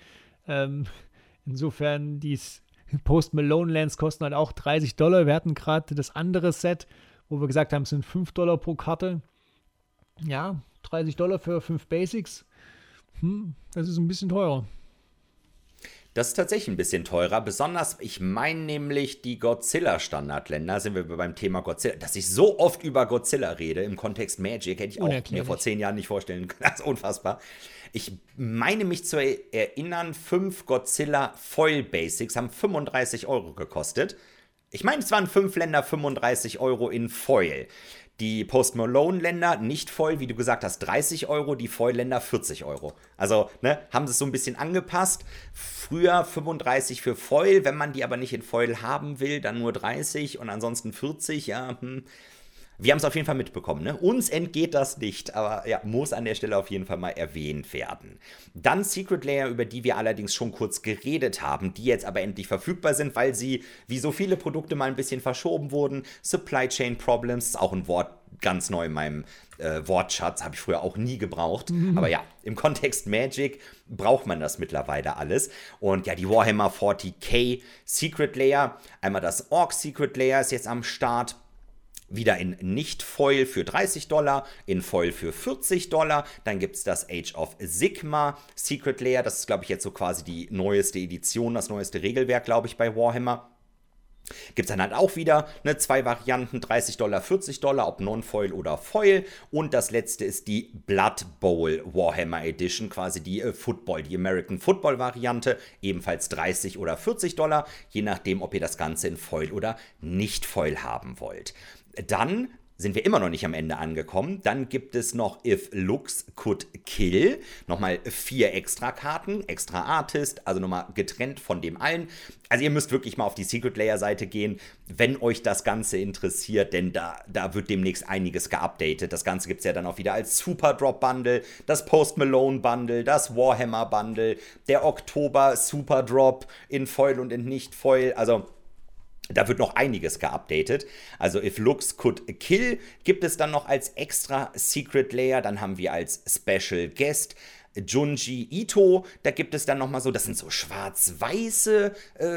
Insofern, die Post Malone Lands kosten halt auch $30. Wir hatten gerade das andere Set, wo wir gesagt haben, es sind $5 pro Karte. Ja, $30 für 5 Basics. Das ist ein bisschen teurer. Das ist tatsächlich ein bisschen teurer. Besonders, ich meine nämlich die Godzilla-Standardländer, sind wir beim Thema Godzilla. Dass ich so oft über Godzilla rede im Kontext Magic, hätte ich auch mir vor 10 Jahren nicht vorstellen können. Das ist unfassbar. Ich meine mich zu erinnern, 5 Godzilla Foil Basics haben 35 € gekostet. Ich meine, es waren 5 Länder 35 € in Foil. Die Post Malone-Länder nicht Foil, wie du gesagt hast, 30 €, die Foil-Länder 40 €. Also, ne, haben sie es so ein bisschen angepasst. Früher 35 für Foil, wenn man die aber nicht in Foil haben will, dann nur 30 und ansonsten 40, ja, Wir haben es auf jeden Fall mitbekommen, ne? Uns entgeht das nicht, aber ja, muss an der Stelle auf jeden Fall mal erwähnt werden. Dann Secret Lair, über die wir allerdings schon kurz geredet haben, die jetzt aber endlich verfügbar sind, weil sie, wie so viele Produkte, mal ein bisschen verschoben wurden. Supply Chain Problems, ist auch ein Wort ganz neu in meinem Wortschatz, habe ich früher auch nie gebraucht. Aber ja, im Kontext Magic braucht man das mittlerweile alles. Und ja, die Warhammer 40k Secret Lair, einmal das Orc Secret Lair ist jetzt am Start. Wieder in Nicht-Foil für $30, in Foil für $40. Dann gibt es das Age of Sigmar Secret Lair. Das ist, glaube ich, jetzt so quasi die neueste Edition, das neueste Regelwerk, glaube ich, bei Warhammer. Gibt es dann halt auch wieder zwei Varianten, $30, $40, ob Non-Foil oder Foil. Und das letzte ist die Blood Bowl Warhammer Edition, quasi die die American Football Variante, ebenfalls $30 oder $40, je nachdem, ob ihr das Ganze in Foil oder nicht Foil haben wollt. Dann sind wir immer noch nicht am Ende angekommen. Dann gibt es noch If Looks Could Kill. Nochmal 4 extra Karten, extra Artist, also nochmal getrennt von dem allen. Also ihr müsst wirklich mal auf die Secret Layer Seite gehen, wenn euch das Ganze interessiert, denn da wird demnächst einiges geupdatet. Das Ganze gibt es ja dann auch wieder als Super Drop Bundle, das Post Malone Bundle, das Warhammer Bundle, der Oktober Super Drop in Foil und in Nicht-Foil. Also da wird noch einiges geupdatet. Also If Looks Could Kill gibt es dann noch als extra Secret Layer. Dann haben wir als Special Guest Junji Ito. Da gibt es dann nochmal so, das sind so schwarz-weiße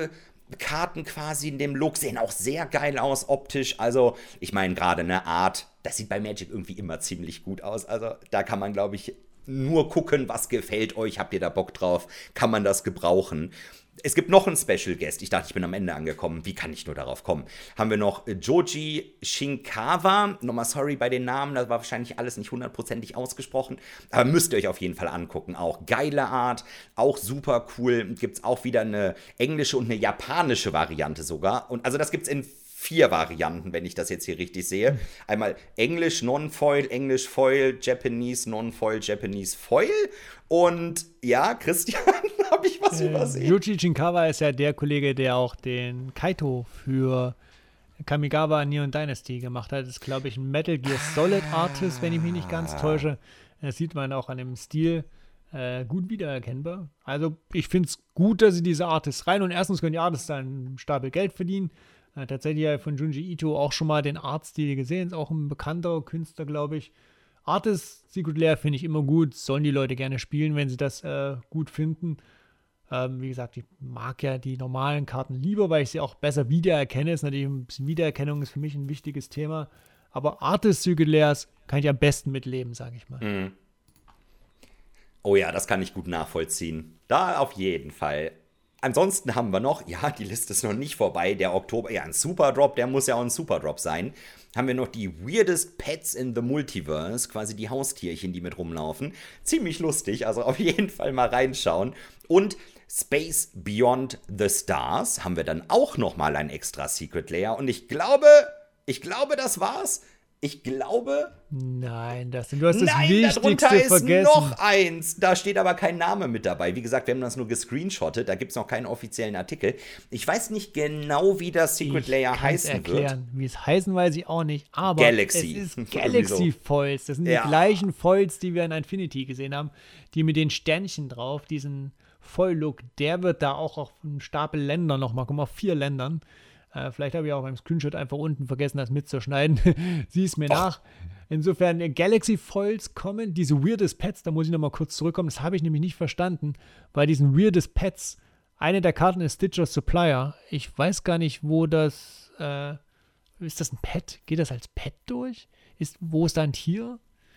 Karten quasi in dem Look. Sehen auch sehr geil aus optisch. Also ich meine gerade eine Art, das sieht bei Magic irgendwie immer ziemlich gut aus. Also da kann man, glaube ich, nur gucken, was gefällt euch. Habt ihr da Bock drauf? Kann man das gebrauchen? Es gibt noch einen Special Guest. Ich dachte, ich bin am Ende angekommen. Wie kann ich nur darauf kommen? Haben wir noch Joji Shinkawa. Nochmal sorry bei den Namen. Das war wahrscheinlich alles nicht hundertprozentig ausgesprochen. Aber müsst ihr euch auf jeden Fall angucken. Auch geile Art. Auch super cool. Gibt es auch wieder eine englische und eine japanische Variante sogar. Und also das gibt es in 4 Varianten, wenn ich das jetzt hier richtig sehe. Einmal Englisch Non-Foil, Englisch Foil, Japanese Non-Foil, Japanese Foil. Und ja, Christian, habe ich was übersehen? Yuji Shinkawa ist ja der Kollege, der auch den Kaito für Kamigawa Neon Dynasty gemacht hat. Das ist, glaube ich, ein Metal Gear Solid Artist, wenn ich mich nicht ganz täusche. Das sieht man auch an dem Stil gut wiedererkennbar. Also ich finde es gut, dass sie diese Artists rein und erstens können die Artists einen Stapel Geld verdienen. Tatsächlich ja von Junji Ito auch schon mal den Artstil gesehen. Ist auch ein bekannter Künstler, glaube ich. Artist Secret Lair finde ich immer gut. Sollen die Leute gerne spielen, wenn sie das gut finden. Wie gesagt, ich mag ja die normalen Karten lieber, weil ich sie auch besser wiedererkenne. Ist natürlich ein bisschen Wiedererkennung ist für mich ein wichtiges Thema. Aber Artist Secret Lairs kann ich am besten mitleben, sage ich mal. Mhm. Oh ja, das kann ich gut nachvollziehen. Da auf jeden Fall. Ansonsten haben wir noch, ja, die Liste ist noch nicht vorbei, der Oktober, ja, ein Superdrop, der muss ja auch ein Superdrop sein. Haben wir noch die Weirdest Pets in the Multiverse, quasi die Haustierchen, die mit rumlaufen. Ziemlich lustig, also auf jeden Fall mal reinschauen. Und Space Beyond the Stars haben wir dann auch nochmal ein extra Secret Layer. Und ich glaube, das war's. Ich glaube... Nein, du hast das Wichtigste darunter ist vergessen. Noch eins. Da steht aber kein Name mit dabei. Wie gesagt, wir haben das nur gescreenshottet. Da gibt es noch keinen offiziellen Artikel. Ich weiß nicht genau, wie das Secret Layer heißen wird. Wie es heißen, weiß ich auch nicht. Aber Galaxy. Es ist Galaxy Foils. Das sind die gleichen Foils, die wir in Infinity gesehen haben. Die mit den Sternchen drauf, diesen Foil-Look. Der wird da auch auf einem Stapel Länder nochmal. Guck mal, 4 Ländern. Vielleicht habe ich auch beim Screenshot einfach unten vergessen, das mitzuschneiden. Sieh es mir nach. Insofern, Galaxy Foils kommen, diese Weirdest Pets, da muss ich nochmal kurz zurückkommen, das habe ich nämlich nicht verstanden. Bei diesen Weirdest Pets, eine der Karten ist Stitcher's Supplier. Ich weiß gar nicht, wo das, ist das ein Pet? Geht das als Pet durch? Wo ist da ein Tier?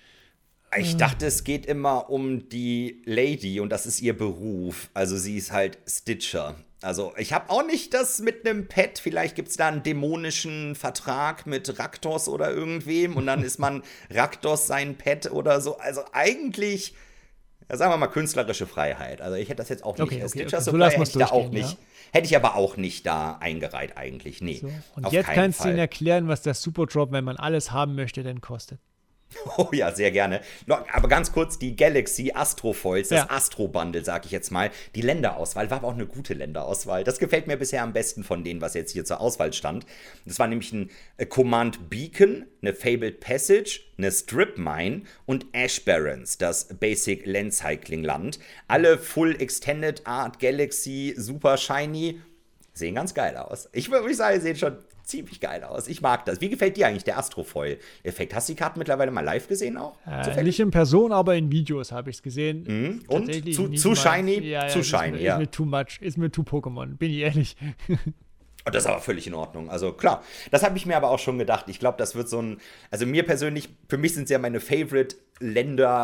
Ich dachte, es geht immer um die Lady und das ist ihr Beruf. Also sie ist halt Stitcher. Also ich habe auch nicht das mit einem Pet. Vielleicht gibt es da einen dämonischen Vertrag mit Raktos oder irgendwem und dann ist man Raktos sein Pet oder so. Also eigentlich, ja, sagen wir mal, künstlerische Freiheit. Also ich hätte das jetzt auch nicht. Stitcher Supplier hätte ich da auch nicht. Ja. Hätte ich aber auch nicht da eingereiht eigentlich. Nee. So. Und jetzt kannst du ihnen erklären, was der Superdrop, wenn man alles haben möchte, denn kostet. Oh ja, sehr gerne. Aber ganz kurz, die Galaxy Astrofoils, das Astro-Bundle, sag ich jetzt mal. Die Länderauswahl war aber auch eine gute Länderauswahl. Das gefällt mir bisher am besten von denen, was jetzt hier zur Auswahl stand. Das war nämlich ein Command Beacon, eine Fabled Passage, eine Strip Mine und Ash Barrens, das Basic Land Cycling Land. Alle Full Extended Art Galaxy, super shiny. Sehen ganz geil aus. Ich würde sagen, sehen schon ziemlich geil aus. Ich mag das. Wie gefällt dir eigentlich der Astrofoil-Effekt? Hast du die Karten mittlerweile mal live gesehen auch? Nicht in Person, aber in Videos habe ich es gesehen. Und? Zu shiny? Ja, zu shiny, ist mir too much. Ist mir too Pokémon, bin ich ehrlich. Und das ist aber völlig in Ordnung. Also klar, das habe ich mir aber auch schon gedacht. Ich glaube, das wird so ein, also mir persönlich, für mich sind es ja meine Favorite-Länder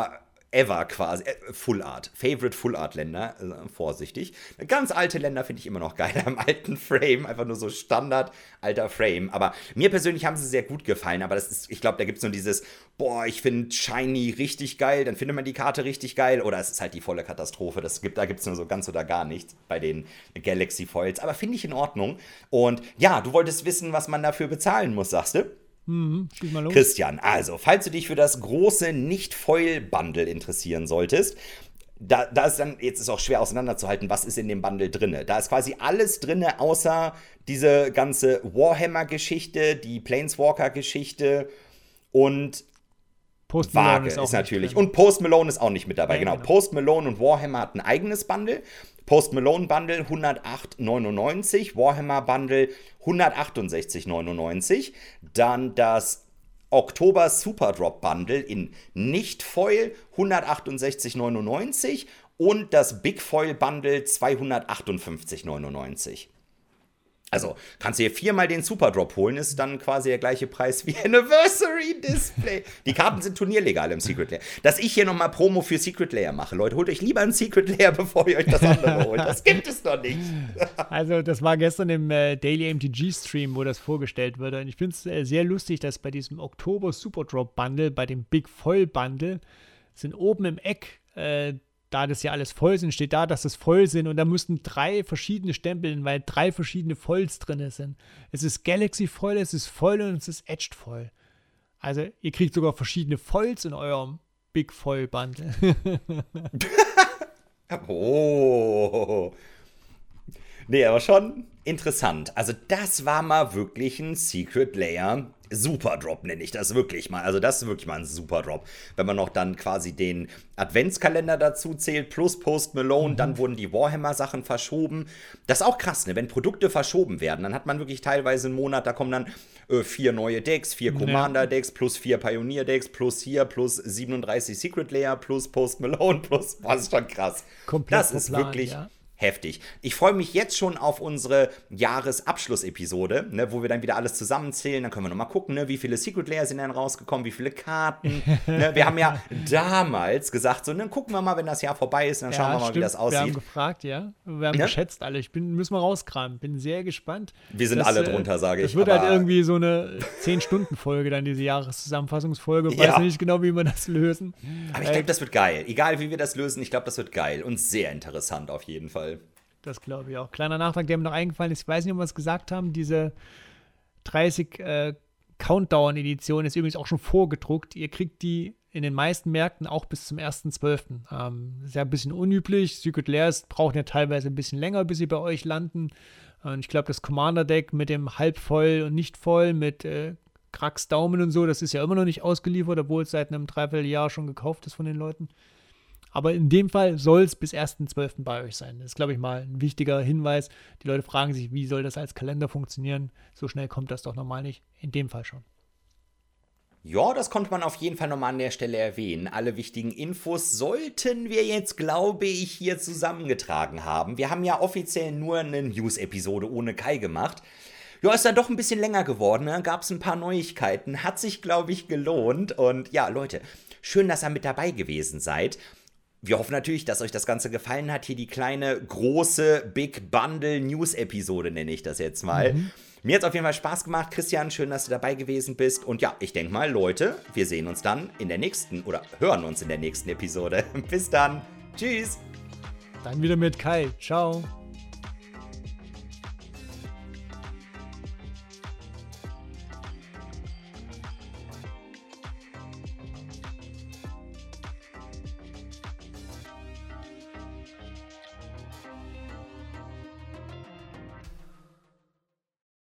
ever quasi. Full Art. Favorite Full Art Länder. Vorsichtig. Ganz alte Länder finde ich immer noch geil. Am alten Frame. Einfach nur so Standard alter Frame. Aber mir persönlich haben sie sehr gut gefallen. Aber das ist, ich glaube, da gibt es nur dieses, boah, ich finde Shiny richtig geil. Dann findet man die Karte richtig geil. Oder es ist halt die volle Katastrophe. Da gibt es nur so ganz oder gar nichts bei den Galaxy Foils. Aber finde ich in Ordnung. Und ja, du wolltest wissen, was man dafür bezahlen muss, sagst du? Schieß mal los. Christian, also, falls du dich für das große Nicht-Foil-Bundle interessieren solltest, da ist dann, jetzt ist auch schwer auseinanderzuhalten, was ist in dem Bundle drin. Da ist quasi alles drin, außer diese ganze Warhammer-Geschichte, die Planeswalker-Geschichte und Post Malone Waage ist natürlich. drin. Und Post Malone ist auch nicht mit dabei. Ja, genau. genau. Post Malone und Warhammer hat ein eigenes Bundle. Post Malone Bundle 108,99. Warhammer Bundle 168,99. Dann das Oktober Super Drop Bundle in Nicht-Foil 168,99. Und das Big Foil Bundle 258,99. Also, kannst du hier 4-mal den Superdrop holen, ist dann quasi der gleiche Preis wie Anniversary Display. Die Karten sind turnierlegal im Secret Lair. Dass ich hier nochmal Promo für Secret Lair mache. Leute, holt euch lieber ein Secret Lair, bevor ihr euch das andere holt. Das gibt es doch nicht. Also, das war gestern im Daily MTG-Stream, wo das vorgestellt wurde. Und ich finde es sehr lustig, dass bei diesem Oktober Superdrop Bundle, bei dem Big Foil Bundle, sind oben im Eck, da das ja alles voll sind, steht da, dass es voll sind und da müssten 3 verschiedene Stempeln, weil 3 verschiedene Foils drin sind. Es ist Galaxy Foil, es ist Foil und es ist Edged Foil. Also ihr kriegt sogar verschiedene Foils in eurem Big Foil Bundle. Oh. Nee, aber schon interessant. Also das war mal wirklich ein Secret Lair Superdrop, nenne ich das wirklich mal. Also das ist wirklich mal ein Superdrop. Wenn man noch dann quasi den Adventskalender dazu zählt, plus Post Malone, dann wurden die Warhammer-Sachen verschoben. Das ist auch krass, ne? Wenn Produkte verschoben werden, dann hat man wirklich teilweise einen Monat, da kommen dann 4 neue Decks, 4 Commander-Decks, plus 4 Pioneer-Decks, plus 37 Secret Lair, plus Post Malone, plus, was ist schon krass. Komplett das ist verplant, wirklich ja. heftig. Ich freue mich jetzt schon auf unsere Jahresabschlussepisode, ne, wo wir dann wieder alles zusammenzählen. Dann können wir nochmal gucken, ne, wie viele Secret Lair sind dann rausgekommen, wie viele Karten. Ne, wir haben ja damals gesagt, so, dann gucken wir mal, wenn das Jahr vorbei ist, dann schauen wir mal, stimmt. wie das aussieht. Wir haben gefragt, ja. Wir haben geschätzt alle. Müssen wir rauskramen. Bin sehr gespannt. Wir sind alle drunter, sage ich. Das wird halt irgendwie so eine 10-Stunden-Folge, dann diese Jahreszusammenfassungsfolge. Ja. Weiß nicht genau, wie wir das lösen. Aber ich glaube, das wird geil. Egal, wie wir das lösen, ich glaube, das wird geil und sehr interessant auf jeden Fall. Das glaube ich auch. Kleiner Nachtrag, der mir noch eingefallen ist, ich weiß nicht, ob wir es gesagt haben, diese 30 Countdown-Edition ist übrigens auch schon vorgedruckt. Ihr kriegt die in den meisten Märkten auch bis zum 1.12. Ist ja ein bisschen unüblich. Secret Lairs brauchen ja teilweise ein bisschen länger, bis sie bei euch landen. Und ich glaube, das Commander-Deck mit dem halb-voll und nicht voll, mit Krax Daumen und so, das ist ja immer noch nicht ausgeliefert, obwohl es seit einem Dreivierteljahr schon gekauft ist von den Leuten. Aber in dem Fall soll es bis 1.12. bei euch sein. Das ist, glaube ich, mal ein wichtiger Hinweis. Die Leute fragen sich, wie soll das als Kalender funktionieren? So schnell kommt das doch normal nicht. In dem Fall schon. Ja, das konnte man auf jeden Fall nochmal an der Stelle erwähnen. Alle wichtigen Infos sollten wir jetzt, glaube ich, hier zusammengetragen haben. Wir haben ja offiziell nur eine News-Episode ohne Kai gemacht. Ja, ist dann doch ein bisschen länger geworden, ne? Gab es ein paar Neuigkeiten. Hat sich, glaube ich, gelohnt. Und ja, Leute, schön, dass ihr mit dabei gewesen seid. Wir hoffen natürlich, dass euch das Ganze gefallen hat. Hier die kleine, große Big Bundle News-Episode, nenne ich das jetzt mal. Mir hat es auf jeden Fall Spaß gemacht. Christian, schön, dass du dabei gewesen bist. Und ja, ich denke mal, Leute, wir sehen uns dann in der nächsten oder hören uns in der nächsten Episode. Bis dann. Tschüss. Dann wieder mit Kai. Ciao.